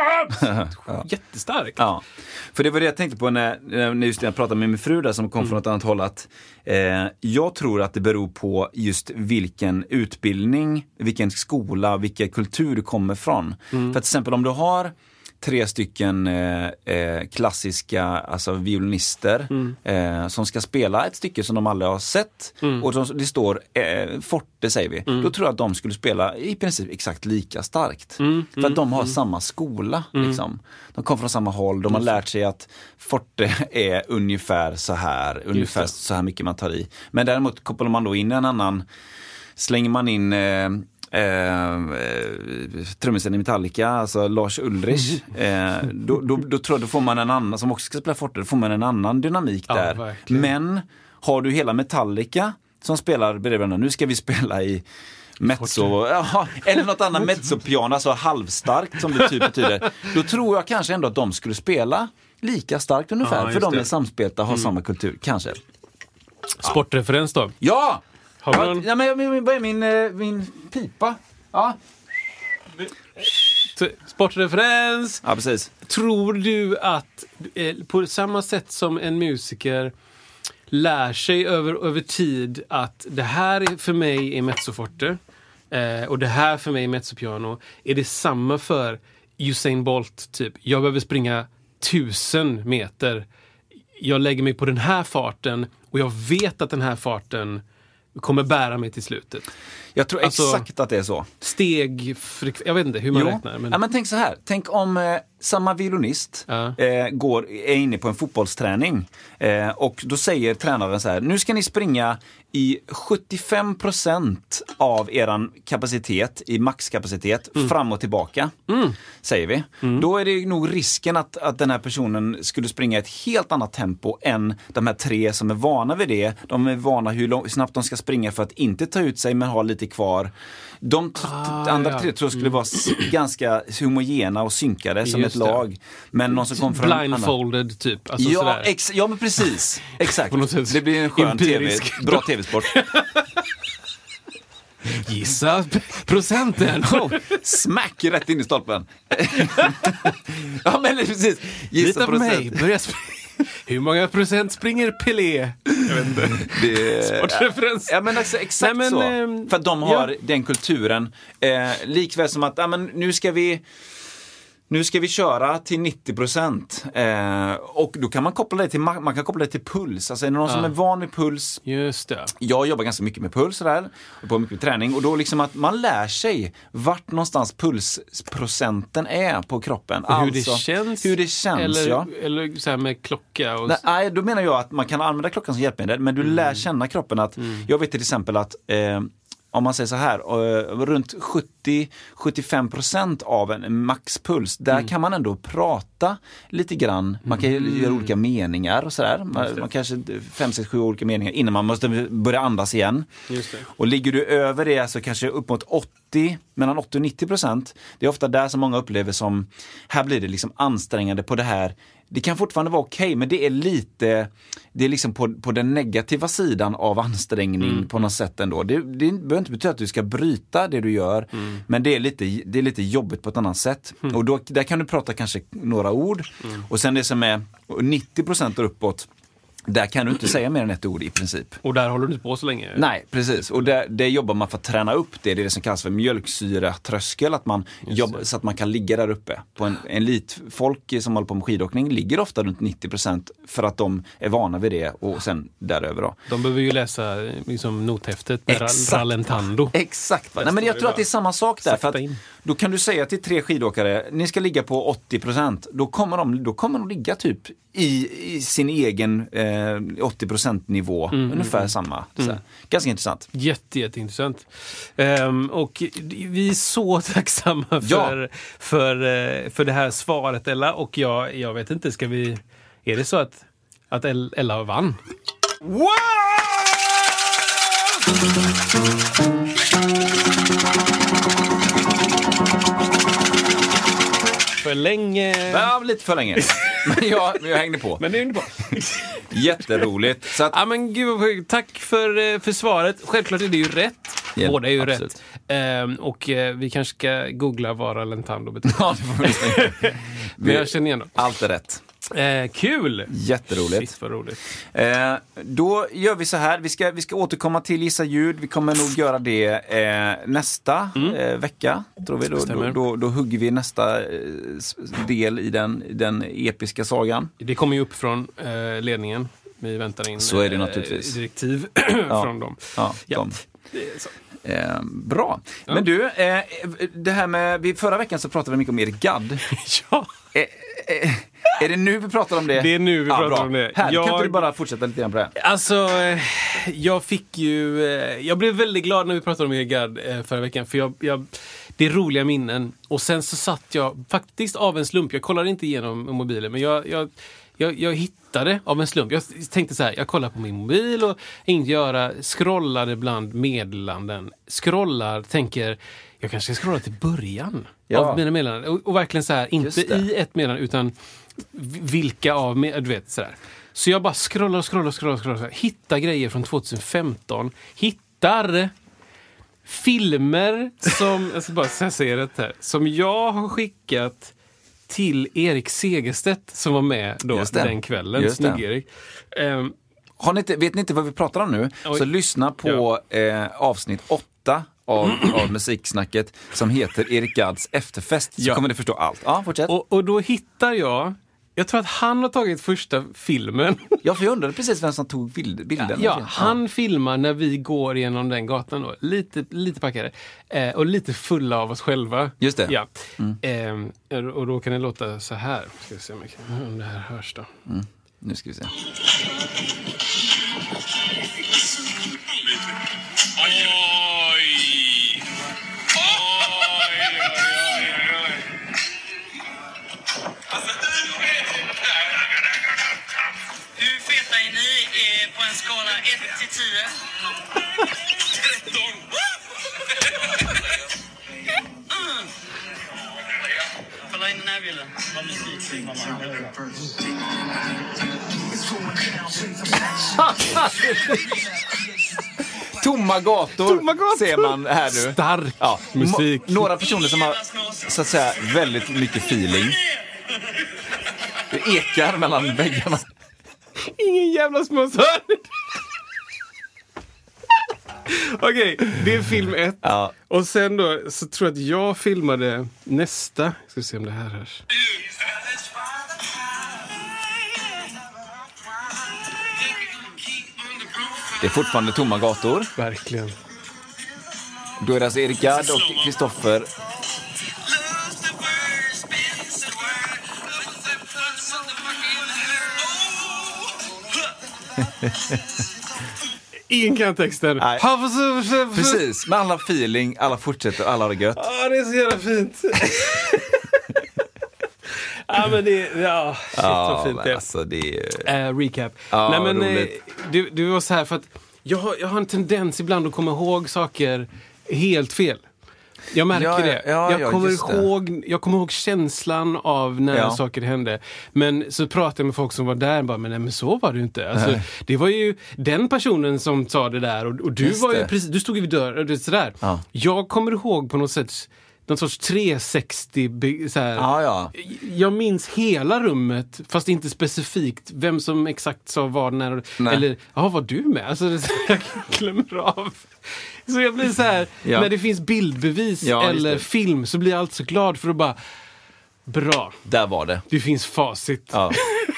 jättestarkt. Ja, för det var det jag tänkte på när, när just jag pratade med min fru där som kom Mm. från ett annat håll, att eh, jag tror att det beror på just vilken utbildning, vilken skola, vilken kultur du kommer från. Mm. För till exempel om du har tre stycken eh, eh, klassiska alltså violinister Mm. eh, som ska spela ett stycke som de aldrig har sett Mm. och de, det står eh, forte säger vi, då tror jag att de skulle spela i princip exakt lika starkt. Mm. För att de har samma skola liksom. De kommer från samma håll, de har lärt sig att forte är ungefär så här, ungefär det. så här mycket man tar i. Men däremot kopplar man då in en annan, slänger man in eh, Eh, eh, trummisen i Metallica, alltså Lars Ulrich, eh, då, då, då tror jag då får man en annan som också ska spela forte, då får man en annan dynamik Ja, där. verkligen. Men har du hela Metallica som spelar bredvid varandra, nu ska vi spela i mezzo, ja, eller något annat mezzopiano, alltså halvstarkt som det typ betyder, då tror jag kanske ändå att de skulle spela lika starkt ungefär, Ja, för just de är det. samspelta, har samma kultur, kanske. Sportreferens då? Ja! Har du Ja, någon? ja, men, men, vad är min, eh, min pipa? Ja. Så, Sportreferens! Ja, precis. Tror du att eh, på samma sätt som en musiker lär sig över, över tid att det här är för mig är mezzoforte eh, och det här för mig är mezzopiano, är det samma för Usain Bolt typ? Jag behöver springa tusen meter. Jag lägger mig på den här farten och jag vet att den här farten kommer bära mig till slutet. Jag tror Alltså- exakt att det är så. Steg, jag vet inte hur man Jo. räknar. Men... Ja, men tänk så här. Tänk om eh, samma violinist Ja. eh, går, är inne på en fotbollsträning eh, och då säger tränaren så här: nu ska ni springa i sjuttiofem procent av eran kapacitet, i maxkapacitet, fram och tillbaka, säger vi. Då är det nog risken att, att den här personen skulle springa ett helt annat tempo än de här tre som är vana vid det. De är vana hur lång, snabbt de ska springa för att inte ta ut sig men ha lite kvar. De t- Ah, t- andra ja. tre tror jag skulle vara s- ganska homogena och synkade som Just ett det. lag. Men någon som kom från en annan... Blindfolded typ. Alltså Ja, sådär. ex- ja, men precis. Exakt. På något sätt Det blir en skön tv, empirisk. bra tv-sport. Gissa procenten. Oh, smack rätt in i stolpen. Ja, men precis. Gissa Lita på procent. mig. Börja sp- Hur många procent springer Pelé? Jag vet inte. Det... Sportreferens. Ja, men alltså, exakt Nej, men, så. ehm, För att de har ja. den kulturen. Eh, likväl som att ja, men nu ska vi... Nu ska vi köra till nittio procent. Eh, och då kan man koppla det till, man kan koppla det till puls. Alltså är det någon Ja. som är van vid puls. Just det. Jag jobbar ganska mycket med puls sådär, och på mycket med träning, och då liksom att man lär sig vart någonstans pulsprocenten är på kroppen. Och hur det Alltså, känns. Hur det känns, eller, ja. eller så här med klocka. Och... Nej, nej, då menar jag att man kan använda klockan som hjälpmedel, men du lär känna kroppen att, jag vet till exempel att eh, om man säger så här, eh, runt sjuttio till sjuttiofem procent av en maxpuls, där Mm. kan man ändå prata lite grann. Man kan ju göra olika meningar och sådär. Man, man kanske fem, sex, sju olika meningar innan man måste börja andas igen. Just det. Och ligger du över det så kanske upp mot åttio åttio, mellan åttio och nittio procent, det är ofta där som många upplever som, här blir det liksom ansträngande på det här. Det kan fortfarande vara okej, okay, men det är lite, det är liksom på, på den negativa sidan av ansträngning mm. på något sätt ändå. Det, det behöver inte betyda att du ska bryta det du gör, mm. men det är, lite, det är lite jobbigt på ett annat sätt. Mm. Och då, där kan du prata kanske några ord, mm. och sen det som är nittio procent uppåt, där kan du inte säga mer än ett ord i princip. Och där håller du inte på så länge. Nej, precis. Och där, där jobbar man för att träna upp det. Det är det som kallas för mjölksyratröskel. Att man jobbar, så att man kan ligga där uppe. På en elitfolk som håller på med skidåkning ligger ofta runt nittio procent för att de är vana vid det. Och sen däröver då. De behöver ju läsa liksom nothäftet med Rallentando. Exakt. Nej, men jag tror att det är samma sak där. För att då kan du säga till tre skidåkare, ni ska ligga på åttio procent. Då kommer de, då kommer de ligga typ i, i sin egen eh, åttio procent nivå. Mm, ungefär mm, samma. Mm. Ganska intressant. Jätte, jätteintressant. Um, och vi är så tacksamma för, ja. för, för det här svaret, Ella. Och jag, jag vet inte, ska vi... Är det så att, att Ella vann? Wow! För länge. Ja, lite för länge. Men jag, men jag hängde på. Men det är inte på. Jätteroligt. Så att... Ja, men gud, tack för, för svaret. Självklart är det ju rätt. Yeah, båda är ju absolut. Rätt. Ehm, och eh, vi kanske ska googla vad Rallentando betyder. Ja, det får vi säga. Men jag känner igen dem. Allt är rätt. Eh, kul! Jätteroligt. Shit, vad roligt. Eh, då gör vi så här. Vi ska, vi ska återkomma till Gissa ljud. Vi kommer nog göra det eh, nästa mm. eh, vecka. Tror vi. Då, då, då, då hugger vi nästa eh, del i den, den episka sagan. Det kommer ju upp från eh, ledningen. Vi väntar in så är det naturligtvis. Eh, direktiv ja. från dem. Ja, ja. De. Det är så. Eh, bra. Ja. Men du, eh, det här med, vi, förra veckan så pratade vi mycket om Erik Gadd. Ja. Eh, eh, är det nu vi pratar om det? Det är nu vi ja, pratar bra. om det. Här, jag... kan inte du bara fortsätta lite grann på det? Alltså, jag fick ju... Jag blev väldigt glad när vi pratade om Erik Gadd förra veckan. För jag, jag, det är roliga minnen. Och sen så satt jag faktiskt av en slump. Jag kollade inte igenom mobilen, men jag... jag Jag, jag hittade av en slump. Jag tänkte så här, jag kollar på min mobil och inget göra, scrollade bland meddelanden. Scrollar, tänker, jag kanske ska scrolla till början ja. av mina meddelanden. Och, och verkligen så här, inte i ett meddelande utan vilka av med, du vet så där. Så jag bara scrollar och scrollar och scrollar, scrollar, scrollar. Hittar grejer från tjugohundrafemton. Hittar filmer som, jag ska bara säga det här, som jag har skickat till Erik Segerstedt som var med då den kvällen. Snygg Erik. Um, Har ni inte, vet ni inte vad vi pratar om nu? Oj. Så lyssna på ja. eh, avsnitt åtta av, av musiksnacket som heter Erik Gadds efterfest. Så ja. kommer ni förstå allt. Ja, fortsätt. Och, och då hittar jag, jag tror att han har tagit första filmen. Ja, för jag undrade precis vem som tog bild, bilden. Ja, ja, han ja. filmar när vi går igenom den gatan då. Lite, lite packade. Eh, och lite fulla av oss själva. Just det. Ja. Mm. Eh, och då kan det låta så här. Ska vi se om, jag, om det här hörs då. Mm. Nu ska vi se. På en skala ett till tio. tretton. Mm. Kolla in den här bilden. Vad musik Tomma gator, Tomma gator ser man här nu. Stark ja. musik. Mo- några personer som har så att säga väldigt mycket feeling. Det ekar mellan väggarna. Ingen jävla småsörn. Okej, okay, det är film ett. Ja. Och sen då så tror jag att jag filmade nästa. Ska se om det här hörs. Det är fortfarande tomma gator. Verkligen. Då är det alltså Erik Gadd och Kristoffer. Ingen kan texten. Nej. Precis, med alla feeling, alla fortsätter, alla har det gött. Ja, det är så jävla fint. Ja, men det är ja, shit, ja, så fint det. Alltså, det är... Uh, recap. Ja, Nej, men uh, du, du var så här för att jag har, jag har en tendens ibland att komma ihåg saker helt fel. Jag märker Ja, ja, det. ja, jag, ja, kommer just det. ihåg, jag kommer ihåg känslan av när Ja. saker hände. Men så pratade jag med folk som var där och bara, men, nej, men så var det inte. Alltså, det var ju den personen som sa det där och, och du Just var ju det. precis, du stod ju vid dörren och sådär. Ja. Jag kommer ihåg på något sätt någon sorts trehundrasextio be- så här. Ja, ja. Jag minns hela rummet, fast inte specifikt vem som exakt sa vad när. Nej. Eller, ja, var du med? Alltså, det, jag glömmer av. Så jag blir så här, Ja. när det finns bildbevis Ja, just eller det. film så blir jag alltså glad för att bara, bra, Där var det. det finns facit. Ja.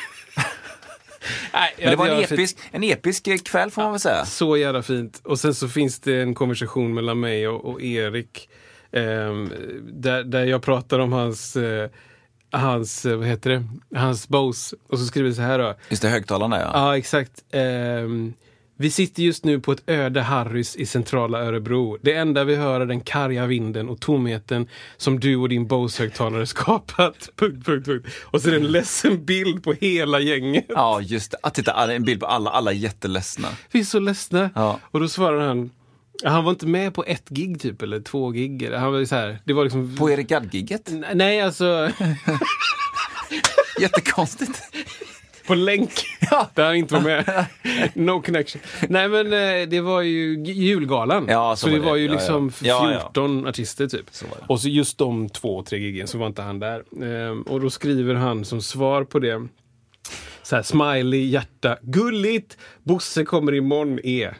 Nej, Men det var en jag- episk, en episk kväll får man väl säga. Så jävla fint. Och sen så finns det en konversation mellan mig och, och Erik. ehm, där, där jag pratar om hans, eh, hans, eh, vad heter det? Hans Bose. Och så skriver det så här då. Just det, högtalarna ja. Ja, exakt. Ehm, vi sitter just nu på ett öde Harrys i centrala Örebro. Det enda vi hör är den karga vinden och tomheten som du och din Bose-högtalare skapat. Punkt, punkt, punkt. Och så är det en ledsen bild på hela gänget. Ja, just det. Att titta, alla- en bild på alla, alla är jätteledsna. Vi är så ledsna. Ja. Och då svarar han, han var inte med på ett gig typ, eller två gig. eller- Han var ju så här, det var liksom... På Erik Gadd-gigget? N- Nej, alltså... Jättekonstigt. På länk. Ja. Där han inte var med. No connection. Nej, men eh, det var ju g- julgalan. Ja, så så det var var det. ju Ja, liksom ja. Ja, ja. fjorton artister typ. Så var det. Och så just de två, tre giggen så var inte han där. Ehm, och då skriver han som svar på det, så här, smiley, hjärta, gulligt, Bosse kommer imorgon, e.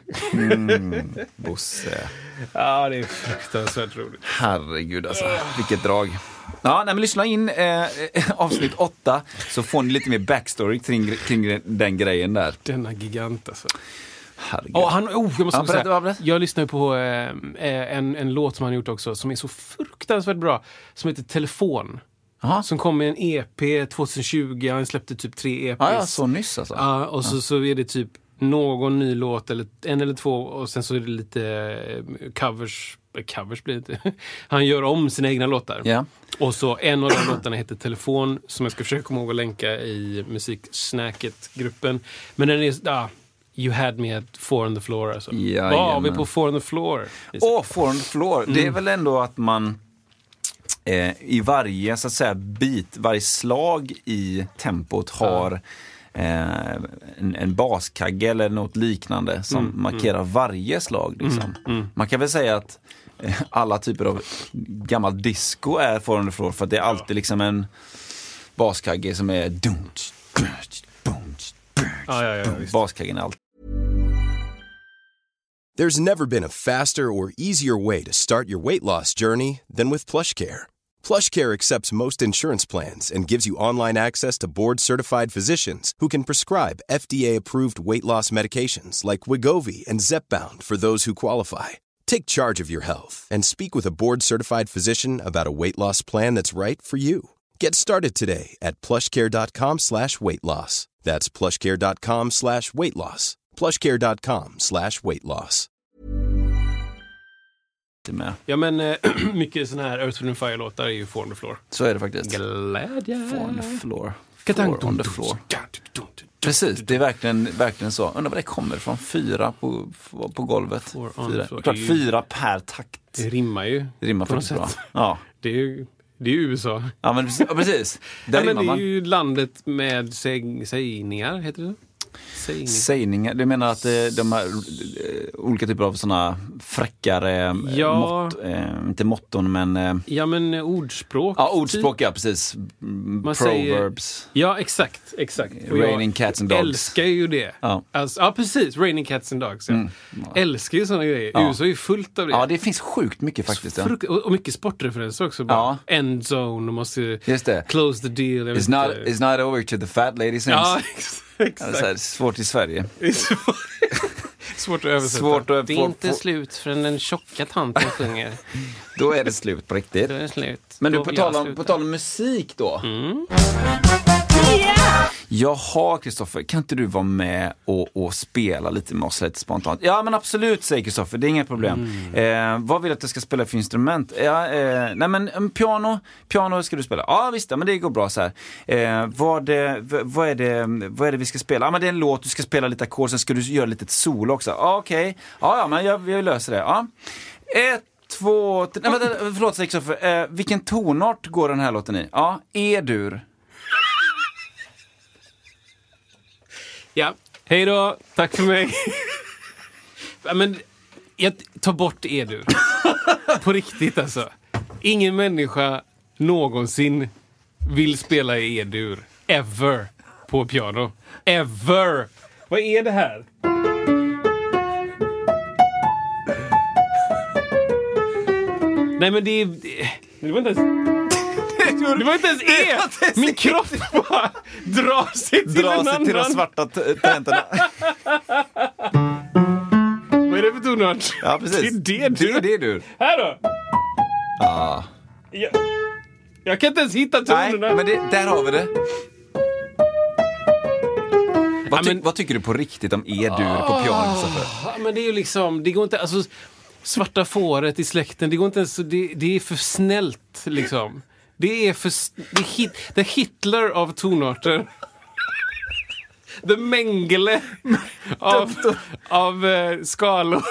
Bosse. Ja, det är fruktansvärt roligt. Herregud alltså, vilket drag. Ja, nej, men lyssna in eh, avsnitt åtta så får ni lite mer backstory kring, kring den grejen där. Denna gigant alltså. Herregud. Oh, han, oh, jag måste Ja, berätta, säga, vad berätta. jag lyssnar på eh, eh, en, en låt som han gjort också som är så fruktansvärt bra, som heter Telefon. Aha. Som kom med en E P tjugotjugo, han släppte typ tre E P:s. Ja, ja, så nyss alltså. Ja, och så, så är det typ någon ny låt, eller en eller två, och sen så är det lite eh, covers, covers blir det inte. Han gör om sina egna låtar. Ja. Och så en av de låtarna heter Telefon, som jag ska försöka komma ihåg att länka i musiksnacket-gruppen. Men den är, ja, You had me at four on the floor alltså. Jajamän. Vad har vi på four on the floor? Åh, four on the floor. Det är väl ändå att man eh, i varje så att säga bit, varje slag i tempot har eh, en, en baskagge eller något liknande som Mm, markerar varje slag liksom. Man kan väl säga att eh, alla typer av gammal disco är four on the floor, för att det är alltid liksom en baskagge som är dumt, dumt, dumt, Ja, ja, ja, visst. baskaggen är allt. There's never been a faster or easier way to start your weight loss journey than with PlushCare. PlushCare accepts most insurance plans and gives you online access to board-certified physicians who can prescribe F D A-approved weight loss medications like Wegovy and Zepbound for those who qualify. Take charge of your health and speak with a board-certified physician about a weight loss plan that's right for you. Get started today at plushcare.com slash weight loss. That's plushcare.com slash weight loss. plushcare.com slash weight loss. Med. Ja, men eh, mycket sån här Earth, Wind and Fire-låtar är ju four on the floor. Så är det faktiskt. Glädje. Four on the floor. Floor on the floor. Precis. Precis, det är verkligen, verkligen så. Undrar vad det kommer från. Fyra på, på golvet. Four on Fyra. the floor. Klart, Det är ju- fyra per takt. Det rimmar ju. Det rimmar på något faktiskt bra. sätt. Ja. Det är ju, det är ju U S A. Ja, men precis. Ja, precis. Där Ja, men rimmar det är man. ju landet med säg, sägningar, heter det? Sägning. Sägningar. Du menar att eh, de här eh, olika typer av såna fräckare eh, Ja. mått, eh, inte motton men eh, Ja, men eh, ordspråk. ja, ordspråk, ja precis. Mm, Man säger- Proverbs. Ja, exakt, exakt. Och jag Raining cats and dogs. älskar ju det. Ja. Alltså, ja, precis. Raining cats and dogs. Ja. Mm. Älskar ju sådana grejer. Ja. U S A är ju fullt av det. Ja, det finns sjukt mycket faktiskt. Ja. Fruk- och, och mycket sportreferenser också. Bara. Ja. End zone, och måste Just det. close the deal. jag vet It's not, inte. it's not over till the fat lady sings. Ja, Ja, exakt. så här, svårt i Sverige. Det är svårt. Svårt att översätta. Svårt att det är få- inte få- slut förrän den tjocka tanten sjunger. Då är det slut på riktigt. Då är det slut. Men du, Då på vill jag tal om, sluta. på tal om musik då. Mm. Jaha, Kristoffer, kan inte du vara med och, och spela lite med oss lite spontant? Ja, men absolut, säger Kristoffer, det är inget problem. Mm. Eh, vad vill du att jag ska spela för instrument? Ja, eh, nej men um, piano, piano ska du spela. Ja, visst, ja, men det går bra så här. Eh, vad, det, v- vad, är det, vad är det vi ska spela? Ja, men det är en låt, du ska spela lite ackord, sen ska du göra lite solo också. Ja, okej. Ja, ja, men jag, jag löser det. Ja. Ett, två, tre, nej, vänta, förlåt Kristoffer. Eh, vilken tonart går den här låten i? Ja, E-dur. Ja, hej då. Tack för mig. Men jag tar bort E-dur. På riktigt alltså. Ingen människa någonsin vill spela i E-dur. Ever. På piano. Ever. Vad är det här? Nej men det är... Det var inte ens... Det var inte ens E! Min kropp bara drar sig till Dra en sig annan. till de svarta t- tangenterna. Vad är det för tonart? Ja, precis. Det är det du. Det är det du. Här då? Ja. Jag, jag kan inte ens hitta Nej, tonerna. men det, där har vi det. Vad, ty- Ja, men- vad tycker du på riktigt om E-dur på piano? Kristoffer? Ja, men det är ju liksom, det går inte, alltså svarta fåret i släkten, det går inte ens, det, det är för snällt liksom. Det är för, det är hit, det är Hitler av tonarter. The Mengele av, av uh, skalor.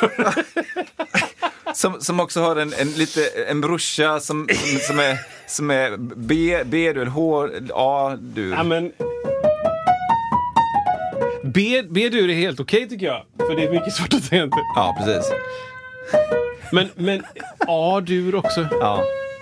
Som, som också har en, en, lite, en brorsa som, som, som är, som är B, B-dur, H, A-dur. Ja, men B, B-dur är helt okej tycker jag. För det är mycket svarta tangenter. Ja, precis. Men, men A-dur också. Ja.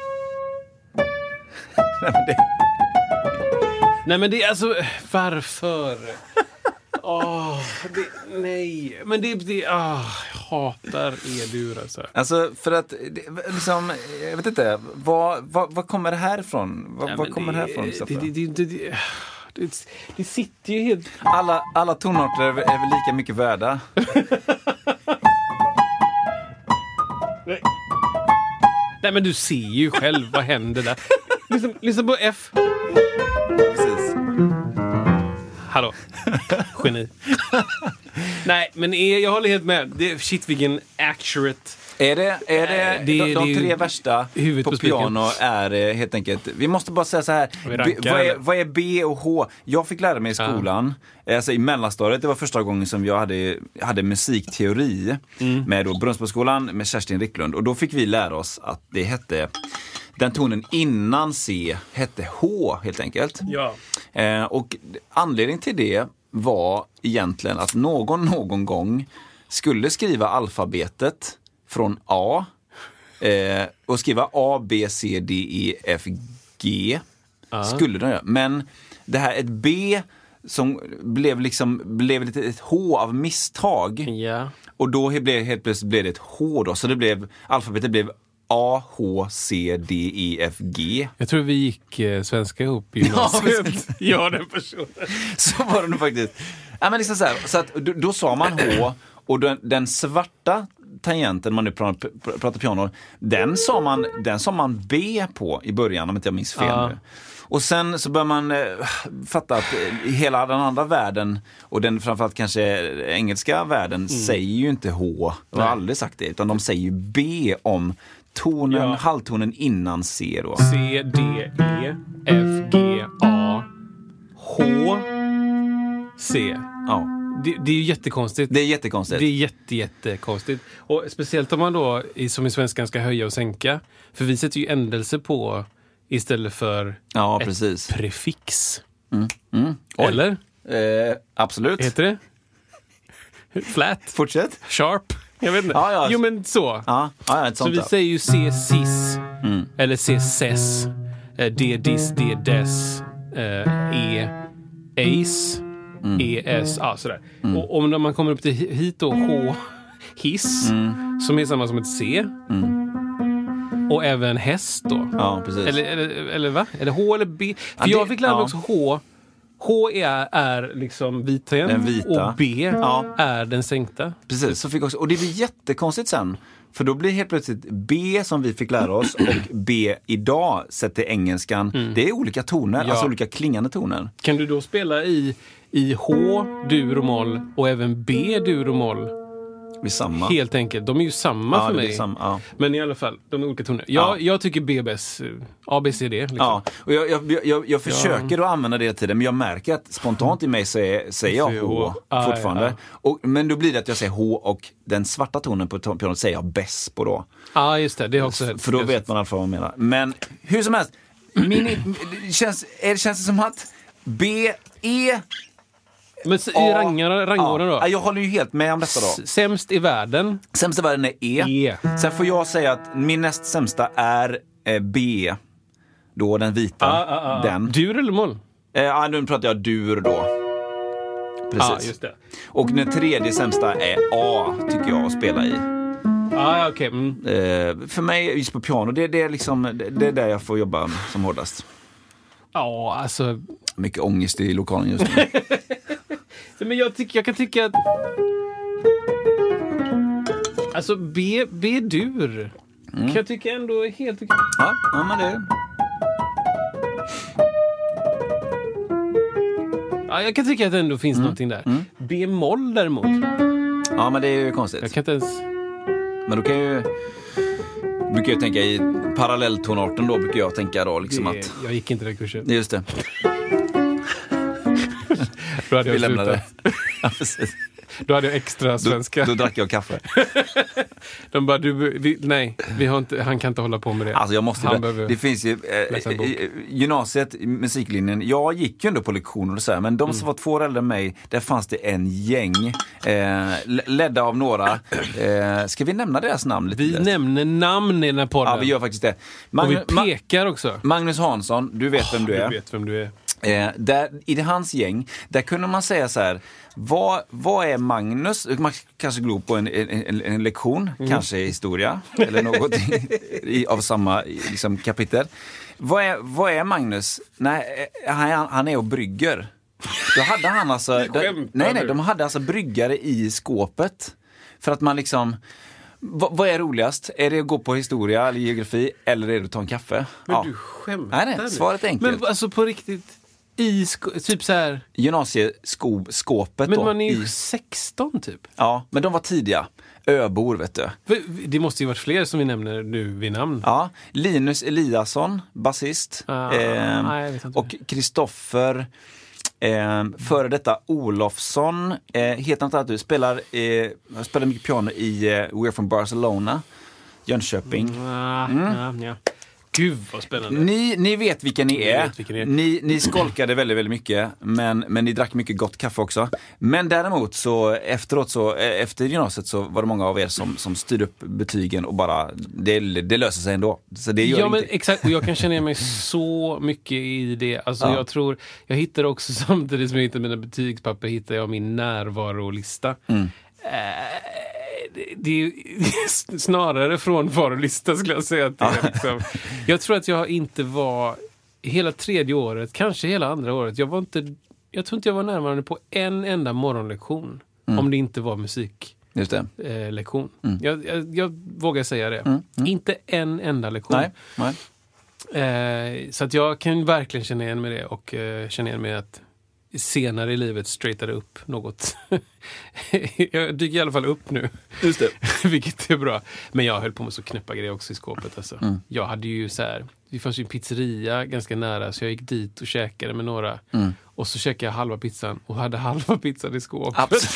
Nej, men det... Nej men det är alltså, varför? Åh, det, nej. Men det, det åh, jag hatar E-dur alltså. Alltså, för att, det, liksom, jag vet inte, vad, vad, vad kommer det här ifrån? Vad, Ja, vad men kommer det här ifrån? det, det, det, det, det, det, det sitter ju helt... Alla, alla tonarter är, är väl lika mycket värda? Nej. Nej men du ser ju själv vad händer där. Lyssna, lyssna på F. Precis. Hallå. Geni. Nej, men är, jag håller helt med. Det, shit, vilken accurate. Är det, är det, Eh, det- de, de det- tre värsta huvudet på på spiken. piano är eh, helt enkelt, vi måste bara säga så här, Vi B, rankar, vad, är, eller? vad är B och H? Jag fick lära mig i skolan, eh, alltså i mellanstadiet, det var första gången som jag hade, hade musikteori Mm. med då Brunnsboskolan med Kerstin Ricklund, och då fick vi lära oss att det hette, den tonen innan C hette H helt enkelt. Ja. Eh, och anledningen till det var egentligen att någon någon gång skulle skriva alfabetet från A eh, och skriva A, B, C, D, E, F, G. Skulle de göra. Men det här, ett B som blev liksom blev lite ett H av misstag. Ja. Och då blev, helt plötsligt blev det ett H då. Så det blev, alfabetet blev A, H, C, D, E, F, G. Jag tror vi gick eh, svenska ihop i gymnasiet. Ja, den personen. Så var det nog faktiskt. Ja, men liksom så här, så att då, då sa man H, och den, den svarta tangenten, man nu pratar, pratar piano, den sa man, den sa man B på i början, om inte jag minns fel Ja. nu. Och sen så börjar man eh, fatta att i hela den andra världen, och den framförallt kanske engelska världen, Mm. säger ju inte H. De har aldrig sagt det, utan de säger ju B om tonen, Ja. halvtonen innan C då. C, D, E, F, G, A, H, C. Ja, Det, det är ju jättekonstigt. det är jättekonstigt. Det är jätte, jättekonstigt. Och speciellt om man då, i- som i svenskan, ska höja och sänka. För vi sätter ju ändelse på istället för Ja, ett precis. prefix. Mm. Oj. Eller? Eh, absolut. Heter det? Flat? Fortsätt. Sharp? Jag vet inte. Ja, ja. Jo, men så. Ja, ja, ett Så sånt vi där. säger ju C, cis. Mm. Eller C, ses. eh, D, dis, D, des. eh, E, ace. Mm. E, s. Ja, sådär. Och om man kommer upp till hit då, H, hiss. Mm. Som är samma som ett C. Och även häst då. Ja, precis. Eller, eller, eller va? Är det H eller B? För Ja, det- jag fick lära mig ja. också H. H är, är liksom vita Den vita. och B Ja. är den sänkta. Precis, så fick också, och det blir jättekonstigt sen. För då blir helt plötsligt B som vi fick lära oss och B idag sett till engelskan, det är olika toner, Ja. alltså olika klingande toner. Kan du då spela i, i H, dur och moll och även B, dur och moll? Det är samma. Helt enkelt. De är ju samma Ja, för det mig. blir samma, ja. Men i alla fall, de är olika toner. Jag, Ja. jag tycker B B S, A B C D. Liksom. Ja, och jag, jag, jag, jag försöker att använda det hela tiden, men jag märker att spontant i mig säger, säger jag H Ah, fortfarande. ja. Och, men då blir det att jag säger H och den svarta tonen på pianot säger jag bäst på då. Ja, just det. Det är också För då vet man i alla fall vad jag menar. Men hur som helst, min, det känns, är det känns det som att B, E... Men så, i A, rangarna, rangordningen ja. då? Jag håller ju helt med om detta då. S- Sämst i världen. Sämsta världen är E. E. Sen får jag säga att min näst sämsta är eh, B. Då den vita. Ah, ah, ah. Den. Dur eller moll? Eh, ja, nu pratar jag dur då. Precis. Ja, just det. Och den tredje sämsta är A, tycker jag, att spela i. Ah, okej. Okay. Mm. Eh, för mig, just på piano, det, det, är liksom, det, det är där jag får jobba som hårdast. Ja, alltså... Mycket ångest i lokalen just nu. Men jag, tycker, jag kan tycka att... Alltså, B, B-dur. Mm. Kan jag tycka ändå är helt okej. ja, ja, men det... Ja, jag kan tycka att det ändå finns mm. någonting där. Mm. B-moll däremot. Ja, men det är ju konstigt. Jag kan inte ens... Men då kan ju... Brukar jag tänka i parallelltonarten då, brukar jag tänka då liksom det, att... Jag gick inte den kursen. Just det. Då hade jag Vi lämnade. slutat. Ja, precis. Då hade jag extra svenska. Då, då drack jag kaffe. De bara, du, vi, nej, vi har inte, han kan inte hålla på med det. Alltså jag måste... Han Det, behöver det finns ju... läsa en Eh, bok. i- musiklinjen, musiklinjen, jag gick ju ändå på lektioner och så här, men de som Mm. var två år äldre än mig, där fanns det en gäng, eh, le- ledda av några. Eh, ska vi nämna deras namn lite? Vi nämner namn i den här podden. Ja, vi gör faktiskt det. och vi Magnus, Ma- pekar också. Magnus Hansson, du vet vem du är. Du vet vem du är. Eh, där, I det hans gäng, där kunde man säga så här, vad, vad är Magnus? Man kanske glor på en, en, en, en lektion, Mm. kanske i historia, eller något i, av samma liksom, kapitel. Vad är, vad är Magnus? Nej, eh, han, han är och brygger. Då hade han alltså... Skämtar nej, nej, du? de hade alltså bryggare i skåpet. För att man liksom... Vad, vad är roligast? Är det att gå på historia eller geografi, eller är det att ta en kaffe? Men Ja. du skämtar. Nej, nej, svaret är enkelt. Men alltså på riktigt, i sk- typ så här. Gymnasieskåpet Men då. man är ju i, sexton typ. ja, men de var tidiga. Öbor, vet du. För det måste ju varit fler som vi nämner nu vid namn. Ja, Linus Eliasson, basist. Ah, eh, nej, jag vet inte. och Kristoffer, eh, före detta Olofsson, eh, heter något annat, du spelar, eh, spelar mycket piano i eh, We're from Barcelona, Jönköping. Ah, ja, ja. Gud vad spännande. Ni, ni vet vilka ni är. vet vilka ni är. Ni, ni skolkade väldigt, väldigt mycket, men, men ni drack mycket gott kaffe också. Men däremot så efteråt så, eh, efter gymnasiet så var det många av er som, som styrde upp betygen och bara, det, det löser sig ändå. Så det gör Ja, men ingenting. exakt, och jag kan känna igen mig så mycket i det. Alltså Ja. jag tror, jag hittar också samtidigt som jag hittar mina betygspapper, hittar jag min närvarolista. Mm. Eh, det, det är ju snarare från varolista skulle jag säga att det är liksom. Jag tror att jag inte var hela tredje året, kanske hela andra året, jag var inte, jag tror inte jag var närvarande på en enda morgonlektion, Mm. om det inte var musik. Just det. Eh, lektion. Mm. Jag, jag, jag vågar säga det. Mm. Mm. Inte en enda lektion. Nej, nej. Eh, så att jag kan verkligen känna igen med det och eh, känna igen med att senare i livet straightade upp något. Jag dyker i alla fall upp nu. Just det. Vilket är bra. Men jag höll på med så knäppa grejer också i skåpet. Alltså. Mm. Jag hade ju så här, det fanns ju en pizzeria ganska nära, så jag gick dit och käkade med några. Mm. Och så käkade jag halva pizzan och hade halva pizzan i skåpet. Absolut.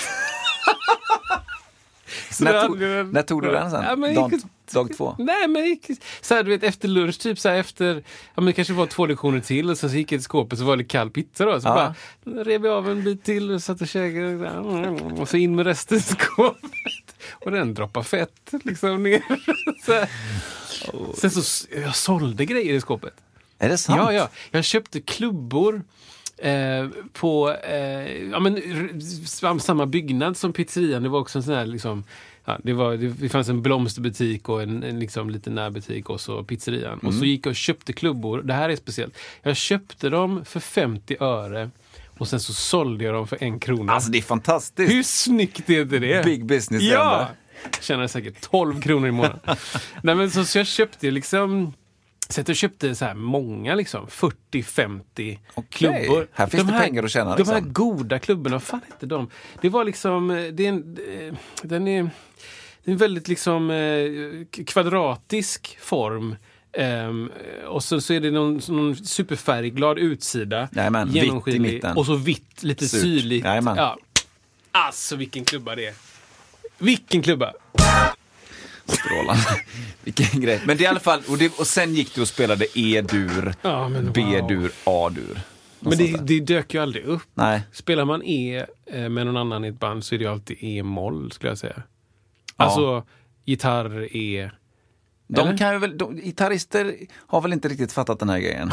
Så när, då tog, hade jag- när tog du den sen? Ja, men dag, gick- dag två? Nej, men gick, så här, du vet, efter lunch, typ så här, efter, ja men det kanske var två lektioner till och så gick jag till skåpet så var det kall pizza då. Så Ja. bara rev jag av en bit till och satt och käkade och så in med resten i skåpet. Och den droppade fett liksom ner. Så här. Sen så, jag sålde grejer i skåpet. Är det sant? Ja, ja. Jag köpte klubbor eh, på eh, ja, men, r- samma byggnad som pizzerian. Det var också en sån här liksom, ja, det, var, det, det fanns en blomsterbutik och en, en liksom, liten närbutik och så pizzerian. Mm. Och så gick jag och köpte klubbor. Det här är speciellt. Jag köpte dem för femtio öre och sen så sålde jag dem för en krona. Alltså det är fantastiskt. Hur snyggt är inte det? Big business. Ja! ändå. Tjänar säkert tolv kronor i månaden. Nej, men så, så jag köpte liksom Så jag köpte så här många liksom, fyrtio femtio okay. klubbor. Här finns de det här, pengar att tjäna. De Liksom. här goda klubborna, vad fan heter de? Det var liksom, det är en, den är, det är en väldigt liksom eh, kvadratisk form. Um, och så, så är det någon, någon superfärgglad utsida. Jajamän, vitt i mitten. Och så vitt, lite Surt. syrligt. Jajamän. Ja. Alltså vilken klubba det är. Vilken klubba. Strålande. Vilken grej. Men det är i alla fall, och, det, och sen gick du och spelade E-dur, ja, men wow. B-dur, A-dur. Men det, det dök ju aldrig upp. Nej. Spelar man E med någon annan i ett band så är det ju alltid E-moll, skulle jag säga. Alltså, ja. Gitarr, E... De eller? kan ju väl, de, gitarrister har väl inte riktigt fattat den här grejen.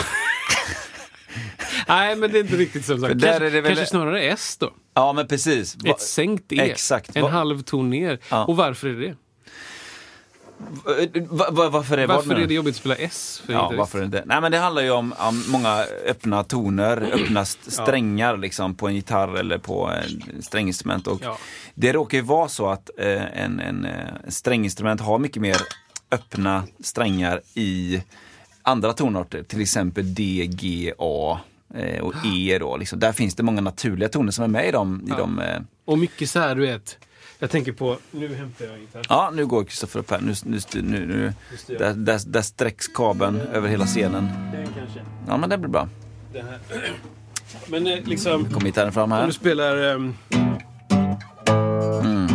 Nej, men det är inte riktigt som sagt. Där Kanske, är det väl... kanske snarare S då. Ja, men precis. Ett sänkt E. Exakt. En Va... halv ton ner. Ja. Och varför är det det? Va, va, varför är, varför är det jobbigt att spela S? För ja, varför inte? Nej, men det handlar ju om, om många öppna toner, öppna strängar ja. liksom, på en gitarr eller på en stränginstrument. Och ja. Det råkar ju vara så att eh, en, en, en stränginstrument har mycket mer öppna strängar i andra tonarter. Till exempel D, G, A eh, och E då. Liksom. Där finns det många naturliga toner som är med i dem. I ja. dem eh... Och mycket så här, du vet... Jag tänker på, nu hämtar jag gitarr. Ja, nu går Kristoffer upp här. Nu, nu, nu, nu, där, där, där sträcks kabeln över hela scenen. Den kanske. Ja, men det blir bra. Det här. Men eh, liksom... Kom gitarren fram här. Om du spelar... Um... Mm.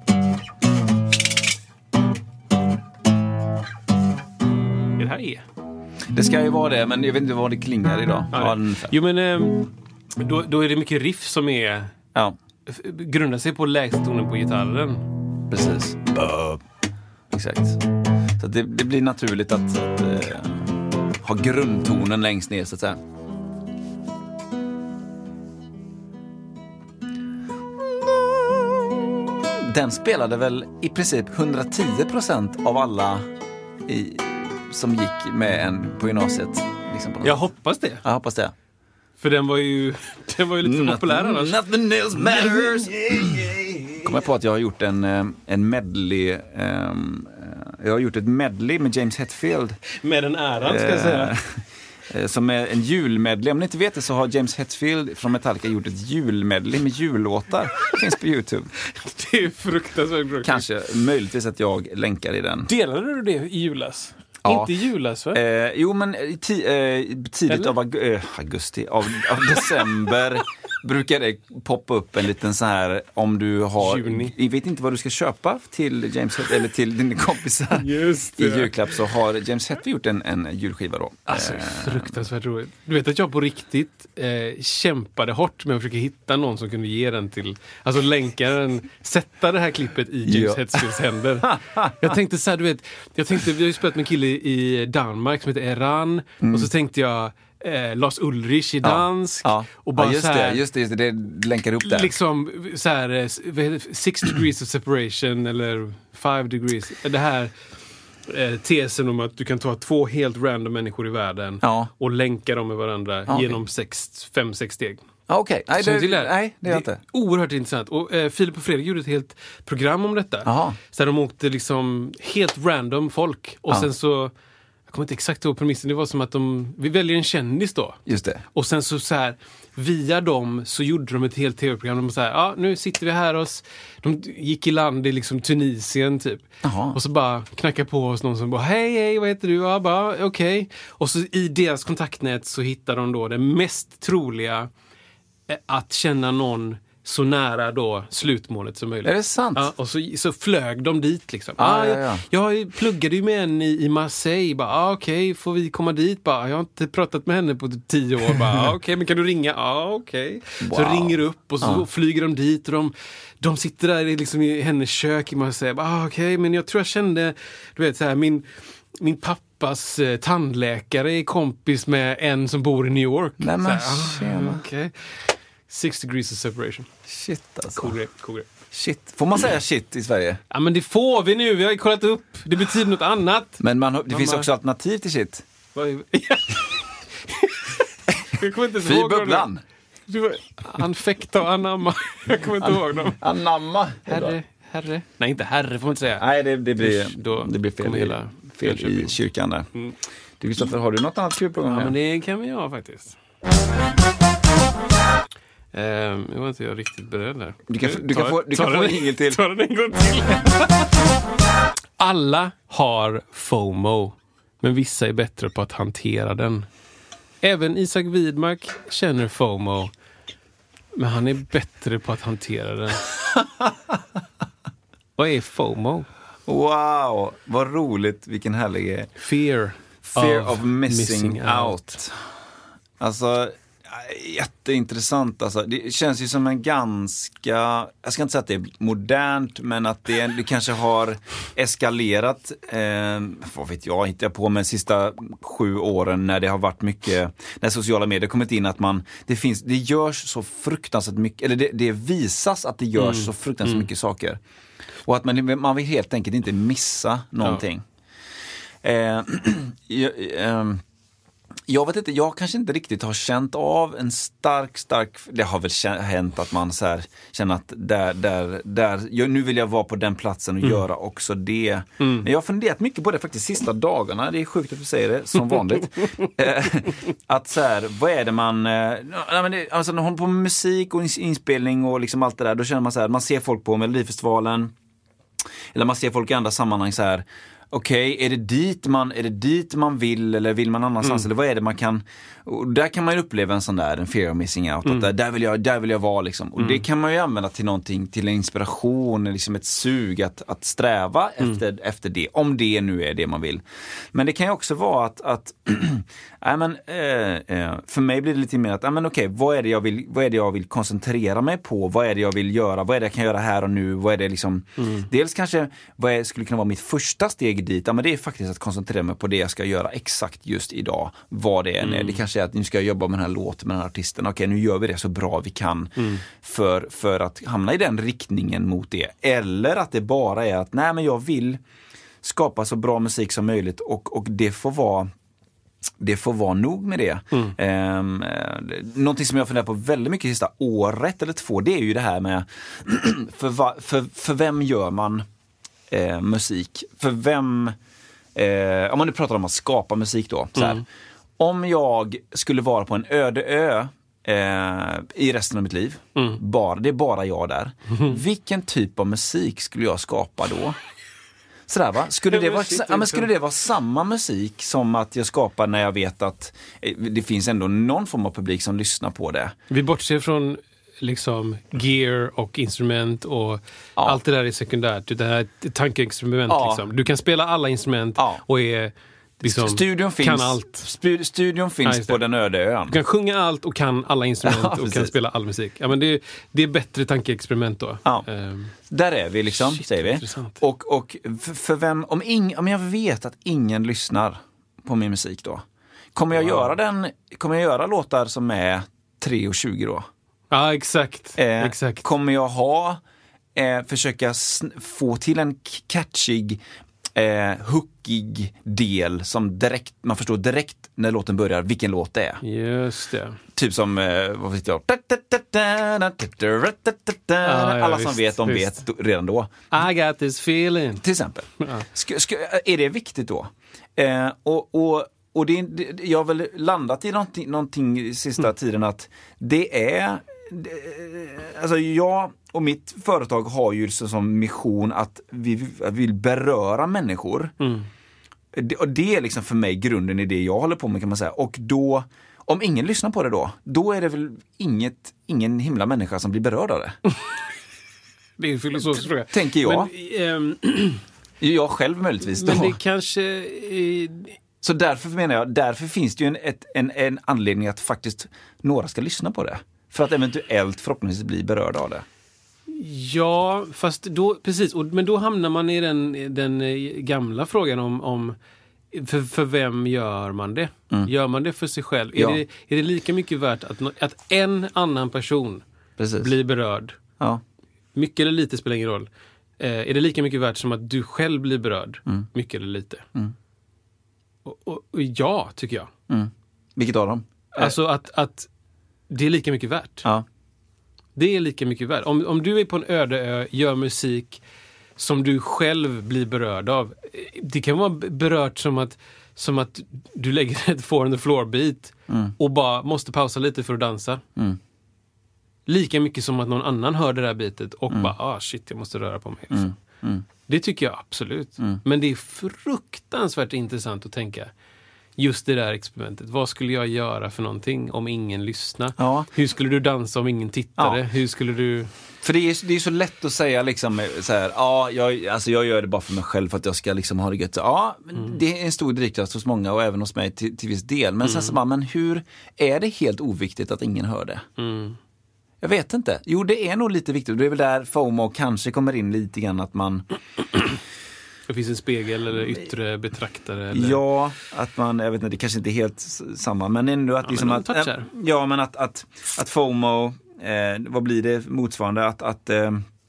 Är det här E? Det ska ju vara det, men jag vet inte vad det klingar idag. Ja, jo, men um, då, då är det mycket riff som är... Ja. Grundar sig på lägstonen på gitarren. Precis. Uh. Exakt. Så det, det blir naturligt att, att uh, ha grundtonen längst ner, så att säga. Den spelade väl i princip hundratio procent av alla i, som gick med en på gymnasiet. Liksom på Jag hoppas det. Jag hoppas det. För den var ju, den var ju lite Not, populär annars. Nothing else matters. Kommer jag på att jag har gjort en, en medley. Um, jag har gjort ett medley med James Hetfield. Med den äran, ska jag säga. Som är en julmedley. Om ni inte vet det så har James Hetfield från Metallica gjort ett julmedley med jullåtar. Det finns på YouTube. Det är fruktansvärt bra. Kanske, möjligtvis att jag länkar i den. Delade du det i julas? Ja. Inte i julas, va? Eh, jo, men ti- eh, tidigt Eller? av aug- äh, augusti, av, av december brukar det poppa upp en liten så här, om du har, Juni. jag vet inte vad du ska köpa till James Hetfield eller till dina kompisar. Just det. I julklapp, så har James Hetfield gjort en, en julskiva då. Alltså, fruktansvärt roligt. Du vet att jag på riktigt eh, kämpade hårt med att försöka hitta någon som kunde ge den till, alltså länka den, sätta det här klippet i James ja. Hetfields händer. Jag tänkte så här, du vet, jag tänkte, vi har ju spelat med en kille i Danmark som heter Eran, mm. och så tänkte jag Eh, Lars Ulrich i dansk ja, ja. och bara ja, just, så här, det, just det, just det, det länkar upp där. Liksom så här, six degrees of separation eller five degrees. Det här eh, tesen om att du kan ta två helt random människor i världen ja. och länka dem med varandra ja, okay. genom sex, fem, sex steg. Okej, okay. nej, det, det, nej, det är inte. Oerhört intressant. Och eh, Filip och Fredrik gjorde ett helt program om detta. Aha. Så de åkte liksom helt random folk och ja. sen så jag kommer inte exakt ihåg premissen. Det var som att de, vi väljer en kändis då. Just det. Och sen så, så här, via dem så gjorde de ett helt tv-program. De sa, ja, nu sitter vi här hos, de gick i land i liksom Tunisien typ. Aha. Och så bara knackade på hos någon som bara, hej, hej, vad heter du? Ja, bara, okej. Okay. Och så i deras kontaktnät så hittar de då det mest troliga att känna någon så nära då slutmålet som möjligt. Är det sant? Ja, och så, så flög de dit liksom. Ah, ah, ja, ja. Jag, jag pluggade ju med en i, i Marseille. Bara, ah, okej, okay, får vi komma dit? Bara, jag har inte pratat med henne på tio år. Bara, ah, okej, okay, men kan du ringa? Ja, ah, okej. Okay. Wow. Så ringer upp och så ah. flyger de dit och de, de sitter där liksom i hennes kök i Marseille. Ah, okej, okay, men jag tror jag kände, du vet så här, min, min pappas eh, tandläkare är kompis med en som bor i New York. Nej, men ah, okej. Okay. Six degrees of separation. Shit alltså. Cool grej, cool grej. Shit. Får man säga shit i Sverige? Ja, men det får vi nu. Vi har ju kollat upp. Det betyder något annat. Men man, det man finns bara... också alternativ till shit. Jag kommer inte Fy ihåg bubblan. Du, anfekta och anamma. Jag kommer inte An- ihåg dem. Anamma. Herre, herre. Nej, inte herre får man inte säga. Nej, det, det, blir, Usch, då det blir fel, hela fel i kyrkan där. Mm. Du, Kristoffer, har du något annat kul på gång? Ja, men det kan vi ha faktiskt. Um, nu var inte jag riktigt beredd där. Du kan, du kan få, du kan få en ingel till. Ta den en gång till. Alla har FOMO, men vissa är bättre på att hantera den. Även Isak Widmark känner FOMO, men han är bättre på att hantera den. Vad är FOMO? Wow, vad roligt. Vilken härlig... Fear. Fear of, of missing, missing out. out. Alltså, jätteintressant. Alltså, det känns ju som en ganska... Jag ska inte säga att det är modernt, men att det, det kanske har eskalerat, eh, vad vet jag, hittar jag på med de sista sju åren när det har varit mycket... När sociala medier kommit in, att man... Det, finns, det görs så fruktansvärt mycket... Eller det, det visas att det görs mm. så fruktansvärt mm. mycket saker. Och att man, man vill helt enkelt inte missa någonting. Ja. Eh, eh, jag vet inte, jag kanske inte riktigt har känt av en stark, stark... Det har väl hänt att man så här, känner att där, där, där, jag, nu vill jag vara på den platsen och mm. göra också det. Mm. Jag har funderat mycket på det faktiskt sista dagarna. Det är sjukt att du säger det, som vanligt. eh, att så här, vad är det man... Eh, alltså när hon håller på med musik och inspelning och liksom allt det där, då känner man så här, man ser folk på Melodifestivalen, eller man ser folk i andra sammanhang så här. Okej, okay, är det dit man är det dit man vill, eller vill man annanstans, mm. eller vad är det man kan... Och där kan man ju uppleva en sån där, en fear of missing out, mm. att där, där vill jag där vill jag vara liksom. Och mm. det kan man ju använda till någonting, till en inspiration, liksom ett sug att, att sträva mm. efter, efter det, om det nu är det man vill. Men det kan ju också vara att, att nej, men, äh, äh, för mig blir det lite mer att, nej, men okej, vad är det jag vill, vad är det jag vill koncentrera mig på, vad är det jag vill göra, vad är det jag kan göra här och nu, vad är det liksom, mm. dels kanske, vad är, skulle kunna vara mitt första steg dit, ja, men det är faktiskt att koncentrera mig på det jag ska göra exakt just idag, vad det än är. Mm. Det kanske är att nu ska jag jobba med den här låten, med den här artisten. Okej, nu gör vi det så bra vi kan mm. för, för att hamna i den riktningen mot det. Eller att det bara är att, nej men jag vill skapa så bra musik som möjligt, och, och det får vara det får vara nog med det. Mm. Um, någonting som jag funderar på väldigt mycket sista året eller två, det är ju det här med för, va, för, för vem gör man Eh, musik? För vem, eh, om man nu pratar om att skapa musik då, så här. Mm. Om jag skulle vara på en öde ö eh, i resten av mitt liv, mm. bara, det är bara jag där, mm. vilken typ av musik skulle jag skapa då? Sådär, va? Skulle det, vara, ja, men skulle det vara samma musik som att jag skapar när jag vet att eh, det finns ändå någon form av publik som lyssnar på det? Vi bortser från liksom gear och instrument och ja. allt det där är sekundärt. Det här är ett tankeexperiment. Ja. Liksom. Du kan spela alla instrument ja. och är liksom, studion finns, kan allt. Sp- studion finns ja, på den öde ön. Du kan sjunga allt och kan alla instrument ja, och kan spela all musik. Ja, men det, det är bättre tankeexperiment då. Ja. Um, där är vi liksom, shit, säger vi. Intressant. Och, och för, för vem, om, ing, om jag vet att ingen lyssnar på min musik då, kommer jag wow. göra den, kommer jag göra låtar som är tre och tjugo då? Ja, exakt. Eh, exakt. Kommer jag ha eh, försöka sn- få till en catchig eh, hookig del som direkt, man förstår direkt när låten börjar vilken låt det är. Just det. Typ som, eh, vad vet jag, alla som vet, de vet redan då. I got this feeling. Till exempel. Ja. Ska, ska, är det viktigt då? Eh, och, och Och det, det, jag har väl landat i någonting, någonting sista mm. tiden att det är... Det, alltså jag och mitt företag har ju som mission att vi, att vi vill beröra människor. Mm. Det, och det är liksom för mig grunden i det jag håller på med, kan man säga. Och då, om ingen lyssnar på det då, då är det väl inget, ingen himla människa som blir berörd av det. Det är en filosofisk fråga. Tänker jag. Men, ähm, jag själv möjligtvis då. Men det kanske... Är... Så därför menar jag, därför finns det ju en, ett, en, en anledning att faktiskt några ska lyssna på det. För att eventuellt förhoppningsvis bli berörda av det. Ja, fast då, precis, och, men då hamnar man i den, den gamla frågan om, om för, för vem gör man det? Mm. Gör man det för sig själv? Ja. Är, det, är det lika mycket värt att, att en annan person precis. blir berörd? Ja. Mycket eller lite spelar ingen roll. Eh, är det lika mycket värt som att du själv blir berörd? Mm. Mycket eller lite? Mm. Och, och, och ja, tycker jag. Mm. Vilket av dem? Alltså att, att det är lika mycket värt. Ja. Det är lika mycket värt. Om, om du är på en öde ö, gör musik som du själv blir berörd av. Det kan vara berört som att som att du lägger ett four on the floor beat mm. och bara måste pausa lite för att dansa. Mm. Lika mycket som att någon annan hör det där bitet och mm. bara, ah shit, jag måste röra på mig. Liksom. Mm. Mm. Det tycker jag absolut. Mm. Men det är fruktansvärt intressant att tänka just det där experimentet. Vad skulle jag göra för någonting om ingen lyssnar? Ja. Hur skulle du dansa om ingen tittade? Ja. Hur skulle du... För det är, det är så lätt att säga liksom så här, ja, jag, alltså jag gör det bara för mig själv för att jag ska liksom ha det gött. Ja, mm. det är en stor drivkraft hos många och även hos mig till, till viss del. Men mm. sen så bara, men hur är det helt oviktigt att ingen hör det? Mm. Jag vet inte. Jo, det är nog lite viktigt. Det är väl där FOMO kanske kommer in lite grann att man... Det finns en spegel eller yttre betraktare. Eller... Ja, att man, jag vet inte, det kanske inte är helt samma. Men ändå att... Ja, liksom men att, äh, ja, men att, att, att FOMO, eh, vad blir det motsvarande? Att... att eh,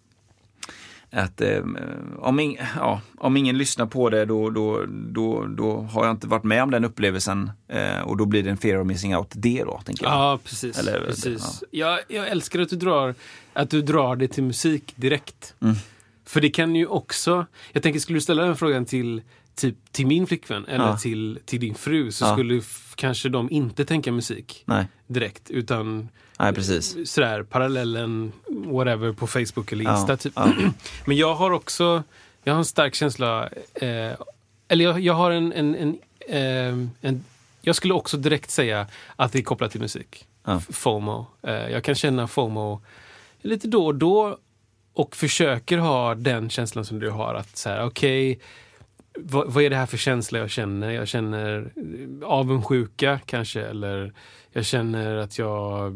att eh, om, ing, ja, om ingen lyssnar på det då, då, då, då har jag inte varit med om den upplevelsen eh, och då blir det en fear of missing out det då, tänker jag. Ja, precis. Eller, precis. Ja. Jag, jag älskar att du drar att du drar det till musik direkt. Mm. För det kan ju också, jag tänker, skulle du ställa den frågan till typ till min flickvän eller ja. till, till din fru så ja. skulle f- kanske de inte tänka musik Nej. direkt utan Nej, precis. sådär, parallellen whatever på Facebook eller Insta ja. typ. Ja. Men jag har också jag har en stark känsla eh, eller jag, jag har en, en, en, eh, en jag skulle också direkt säga att det är kopplat till musik. Ja. FOMO. Eh, jag kan känna FOMO lite då och då och försöker ha den känslan som du har att så här, okej okay, vad, vad är det här för känsla jag känner? Jag känner avundsjuka kanske, eller jag känner att jag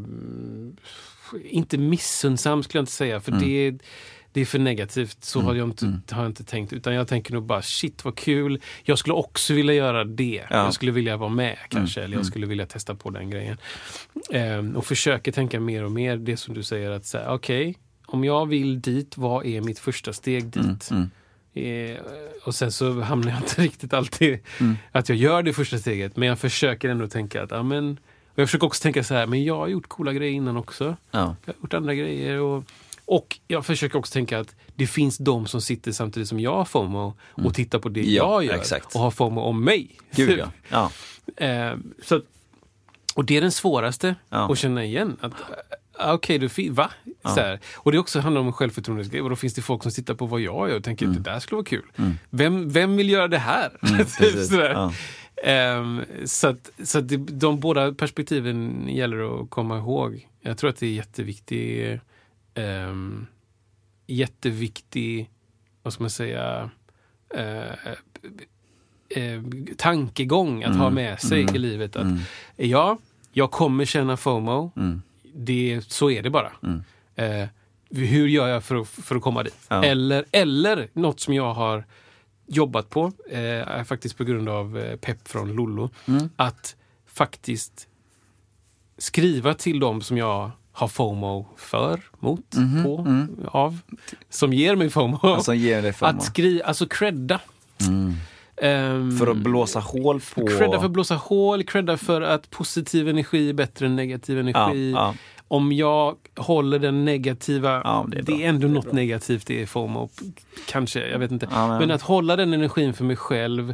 inte missundsam skulle jag inte säga, för mm. det, det är för negativt. Så mm. har, jag inte, mm. har jag inte tänkt, utan jag tänker nog bara, shit vad kul. Jag skulle också vilja göra det. Ja. Jag skulle vilja vara med kanske, mm. eller jag skulle vilja testa på den grejen. Ehm, och försöker tänka mer och mer det som du säger, att säga, okej, okay, om jag vill dit, vad är mitt första steg dit? Mm. Mm. Eh, och sen så hamnar jag inte riktigt alltid mm. att jag gör det första steget, men jag försöker ändå tänka att, ja men, och jag försöker också tänka så här, men jag har gjort coola grejer innan också. Ja. Jag har gjort andra grejer och, och jag försöker också tänka att det finns de som sitter samtidigt som jag har FOMO och mm. tittar på det ja, jag gör exakt. och har FOMO om mig. Gud, ja. Ja. eh, så, och det är den svåraste ja. att känna igen att okej, okay, du fi- va? Ja. Så här. Och det också handlar om en självförtroende. Och då finns det folk som tittar på vad jag gör och tänker mm. att det där skulle vara kul. Mm. Vem, vem vill göra det här? Mm, så, ja. um, så att, så att det, de båda perspektiven gäller att komma ihåg. Jag tror att det är jätteviktig um, jätteviktig vad ska man säga uh, uh, tankegång att mm. ha med sig mm. i livet. Att mm. ja, jag kommer känna FOMO. Mm. Det, så är det bara. Mm. Eh, hur gör jag för att, för att komma dit? Ja. Eller, eller något som jag har jobbat på, eh, faktiskt på grund av eh, pepp från Lollo, mm. att faktiskt skriva till dem som jag har FOMO för, mot, mm-hmm. på, mm. av, som ger mig FOMO. Alltså, ger dig FOMO. Att skriva, alltså credda. Mm. Um, för att blåsa hål på... Credda för att blåsa hål, credda för att positiv energi är bättre än negativ energi. Ja, ja. Om jag håller den negativa, ja, det, är det är ändå det är något bra. Negativt, det är FOMO. Kanske, jag vet inte. Ja, men... men att hålla den energin för mig själv,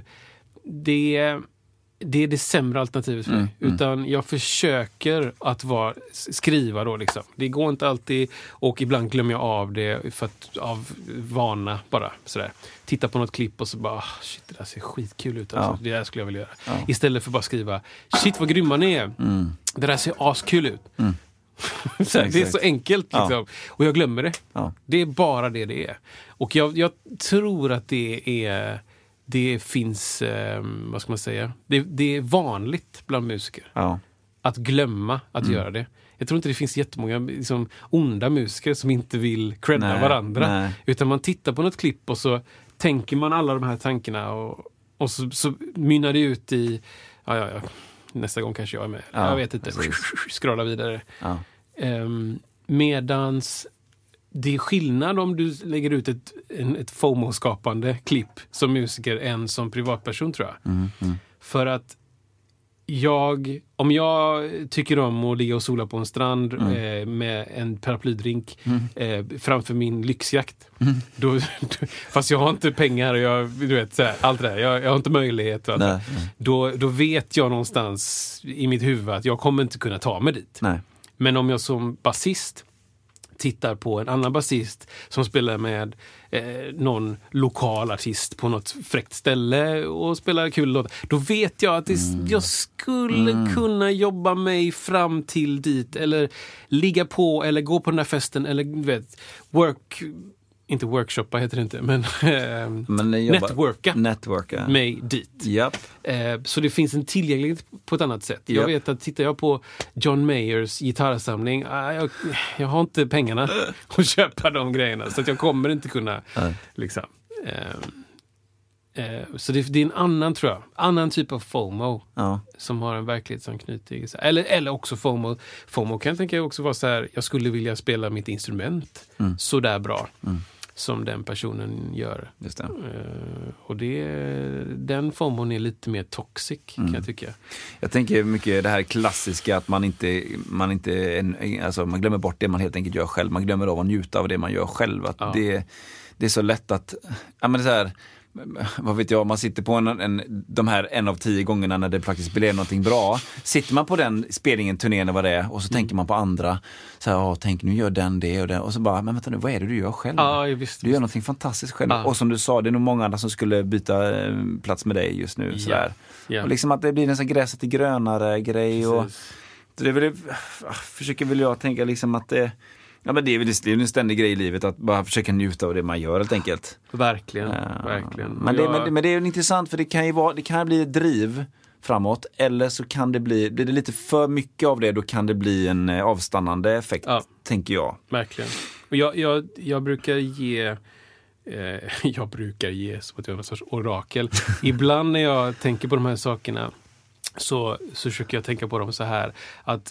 det, det är det sämre alternativet för mig. Mm, Utan mm. jag försöker att vara, skriva då liksom. Det går inte alltid, och ibland glömmer jag av det för att, av vana bara sådär. Titta på något klipp och så bara, oh, shit, det där ser skitkul ut. Alltså. Ja. Det där skulle jag vilja göra. Ja. Istället för bara skriva, shit vad grymma ni är. Mm. Det där ser askul ut. Mm. så här, det är så enkelt liksom. Ja. Och jag glömmer det. Ja. Det är bara det det är. Och jag, jag tror att det är det finns, eh, vad ska man säga, det, det är vanligt bland musiker ja. att glömma att mm. göra det. Jag tror inte det finns jättemånga liksom, onda musiker som inte vill credda nej, varandra. Nej. Utan man tittar på något klipp och så tänker man alla de här tankarna och, och så, så mynnar det ut i ja, ja, ja, nästa gång kanske jag är med. Ja, jag vet inte. Scrolla vidare. Ja. Um, medans det är skillnad om du lägger ut ett, en, ett FOMO-skapande klipp som musiker än som privatperson, tror jag. Mm, mm. För att Jag, om jag tycker om att ligga och sola på en strand mm. eh, med en paraplydrink mm. eh, framför min lyxjakt, mm. då, då, fast jag har inte pengar och jag, du vet, så här, allt det där, jag, jag har inte möjlighet. Och allt Nej. Då, då vet jag någonstans i mitt huvud att jag kommer inte kunna ta mig dit. Nej. Men om jag som basist tittar på en annan basist som spelar med eh, någon lokal artist på något fräckt ställe och spelar kul låt, då vet jag att det, mm. jag skulle mm. kunna jobba mig fram till dit eller ligga på eller gå på den där festen eller du vet, work, inte workshoppa heter det inte, men, eh, men networka, networka mig dit. Yep. Eh, så det finns en tillgänglighet på ett annat sätt. Yep. Jag vet att tittar jag på John Mayers gitarrsamling, eh, jag, jag har inte pengarna att köpa de grejerna, så att jag kommer inte kunna mm. liksom. Eh, eh, så det, det är en annan, tror jag, annan typ av FOMO ja. Som har en verklighetsanknytning. Eller, eller också FOMO. FOMO kan jag tänka också vara så här, jag skulle vilja spela mitt instrument mm. så där bra. Mm. Som den personen gör. Just det. Uh, och det, den formen är lite mer toxic mm. kan jag tycka. Jag tänker mycket det här klassiska att man inte, man inte alltså man glömmer bort det man helt enkelt gör själv. Man glömmer av att njuta av det man gör själv. Att ja. det, det är så lätt att, ja men det är så här, vad vet jag, man sitter på en, en, de här en av tio gångerna när det faktiskt blir någonting bra. Sitter man på den spelningen, turnén och vad det är, och så mm. tänker man på andra. Så här, åh, tänk nu gör den det och det. Och så bara, men vänta nu, vad är det du gör själv? Ja, jag visst, du gör någonting fantastiskt själv. Ja. Och som du sa, det är nog många andra som skulle byta eh, plats med dig just nu. Sådär. Ja. Ja. Och liksom att det blir nästan gräset i grönare grej. Och, så det är väl, försöker väl jag tänka liksom att det ja, men det är väl det är en ständig grej i livet att bara försöka njuta av det man gör helt enkelt. Verkligen, uh, verkligen. Men det, men, men det är ju intressant för det kan ju vara, det kan bli ett driv framåt eller så kan det bli, blir det lite för mycket av det, då kan det bli en avstannande effekt, ja. Tänker jag. Verkligen. Och jag, jag, jag brukar ge eh, jag brukar ge som att jag är en sorts orakel. Ibland när jag tänker på de här sakerna så, så försöker jag tänka på dem så här att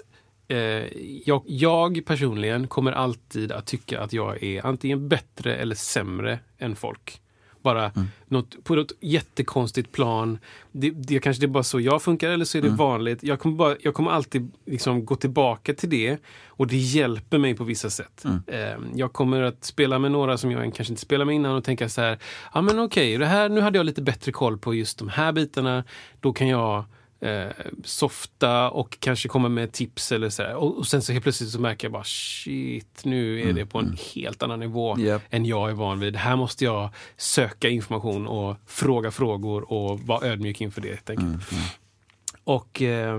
Jag, jag personligen kommer alltid att tycka att jag är antingen bättre eller sämre än folk. Bara mm. något, på något jättekonstigt plan. Det, det kanske det är bara så jag funkar eller så är det mm. vanligt. Jag kommer, bara, jag kommer alltid liksom gå tillbaka till det och det hjälper mig på vissa sätt. Mm. Jag kommer att spela med några som jag kanske inte spelar med innan och tänka så här, ja men okej, det här, nu hade jag lite bättre koll på just de här bitarna. Då kan jag Eh, softa och kanske komma med tips eller så här. Och, och sen så helt plötsligt så märker jag bara shit, nu är mm, det på en mm. helt annan nivå yep. än jag är van vid. Här måste jag söka information och fråga frågor och vara ödmjuk inför det helt enkelt. Mm, mm. Och eh,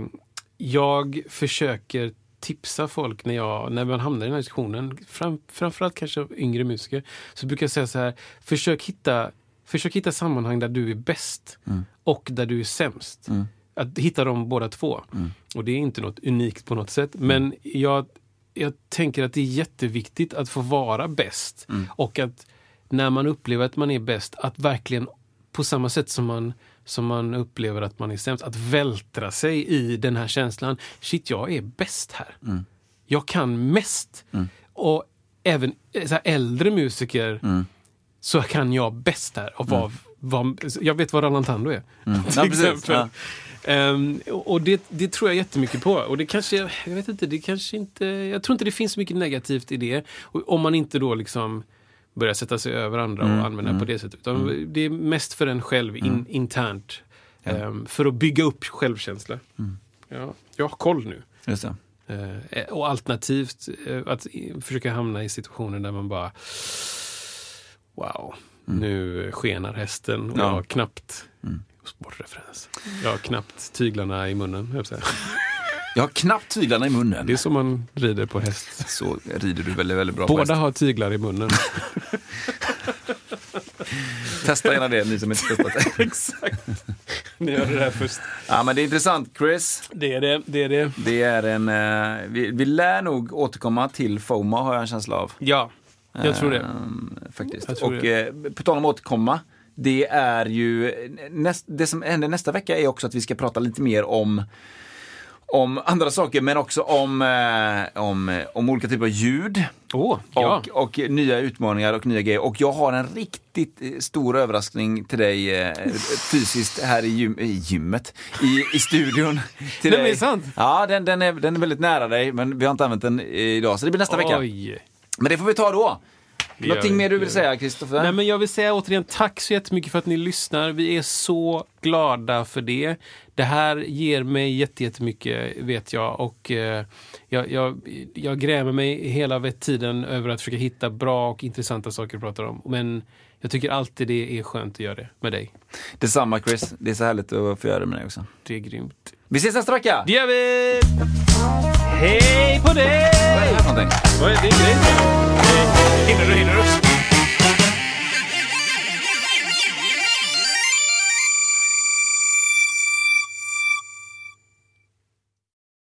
jag försöker tipsa folk när jag när man hamnar i den här diskussionen, fram, framförallt kanske yngre musiker, så brukar jag säga så här, försök hitta Försök hitta sammanhang där du är bäst mm. och där du är sämst. Mm. Att hitta dem båda två. Mm. Och det är inte något unikt på något sätt. Mm. Men jag, jag tänker att det är jätteviktigt att få vara bäst. Mm. Och att när man upplever att man är bäst, att verkligen på samma sätt som man, som man upplever att man är sämst, att vältra sig i den här känslan. Shit, jag är bäst här. Mm. Jag kan mest. Mm. Och även så här, äldre musiker mm. så kan jag bäst här. Och vad, mm. vad, jag vet vad Roland Tando är. Mm. Till ja, exempel. Ja. Um, och det, det tror jag jättemycket på. Och det kanske, jag vet inte, det kanske inte, jag tror inte det finns så mycket negativt i det. Och om man inte då liksom börjar sätta sig över andra mm. och använda mm. på det sättet. Utan mm. det är mest för en själv, in, mm. internt. Ja. Um, för att bygga upp självkänsla. Mm. Ja, jag har koll nu. Just det. Uh, och alternativt uh, att försöka hamna i situationer där man bara wow, mm. nu skenar hästen och ja. jag har knappt mm. sportreferens. Jag har knappt tyglarna i munnen, jag säga. Jag har knappt tyglarna i munnen. Det är som man rider på häst. Så rider du väldigt, väldigt bra Båda på häst. Båda har tyglar i munnen. Testa gärna det, ni som inte testat det. Exakt. Ni gör det här först. Ja, men det är intressant, Chris. Det är det, det är det. Det är en, uh, vi, vi lär nog återkomma till FOMO, har jag en känsla av. Ja. Jag tror det. Um, faktiskt. Jag tror och det. Eh, på tal om att återkomma, det är ju näst, det som händer nästa vecka är också att vi ska prata lite mer om om andra saker, men också om, eh, om, om olika typer av ljud. Oh, ja. och, och nya utmaningar och nya grejer. Och jag har en riktigt stor överraskning till dig eh, fysiskt här i, gym, i gymmet, i, i studion. Till den dig. är sant. Ja, den, den, är, den är väldigt nära dig, men vi har inte använt den idag, så det blir nästa vecka. Oj. Men det får vi ta då. Någonting mer du vill säga, Kristoffer? Nej, men jag vill säga återigen tack så jättemycket för att ni lyssnar. Vi är så glada för det. Det här ger mig jättemycket, vet jag. Och eh, jag, jag, jag grämer mig hela tiden över att försöka hitta bra och intressanta saker att prata om. Men jag tycker alltid det är skönt att göra det med dig. Detsamma, Chris. Det är så härligt att få göra det med dig också. Det är grymt. Vi ses nästa vecka! Det gör vi! Hej på dig! Vad är det här för någonting? Vad är det?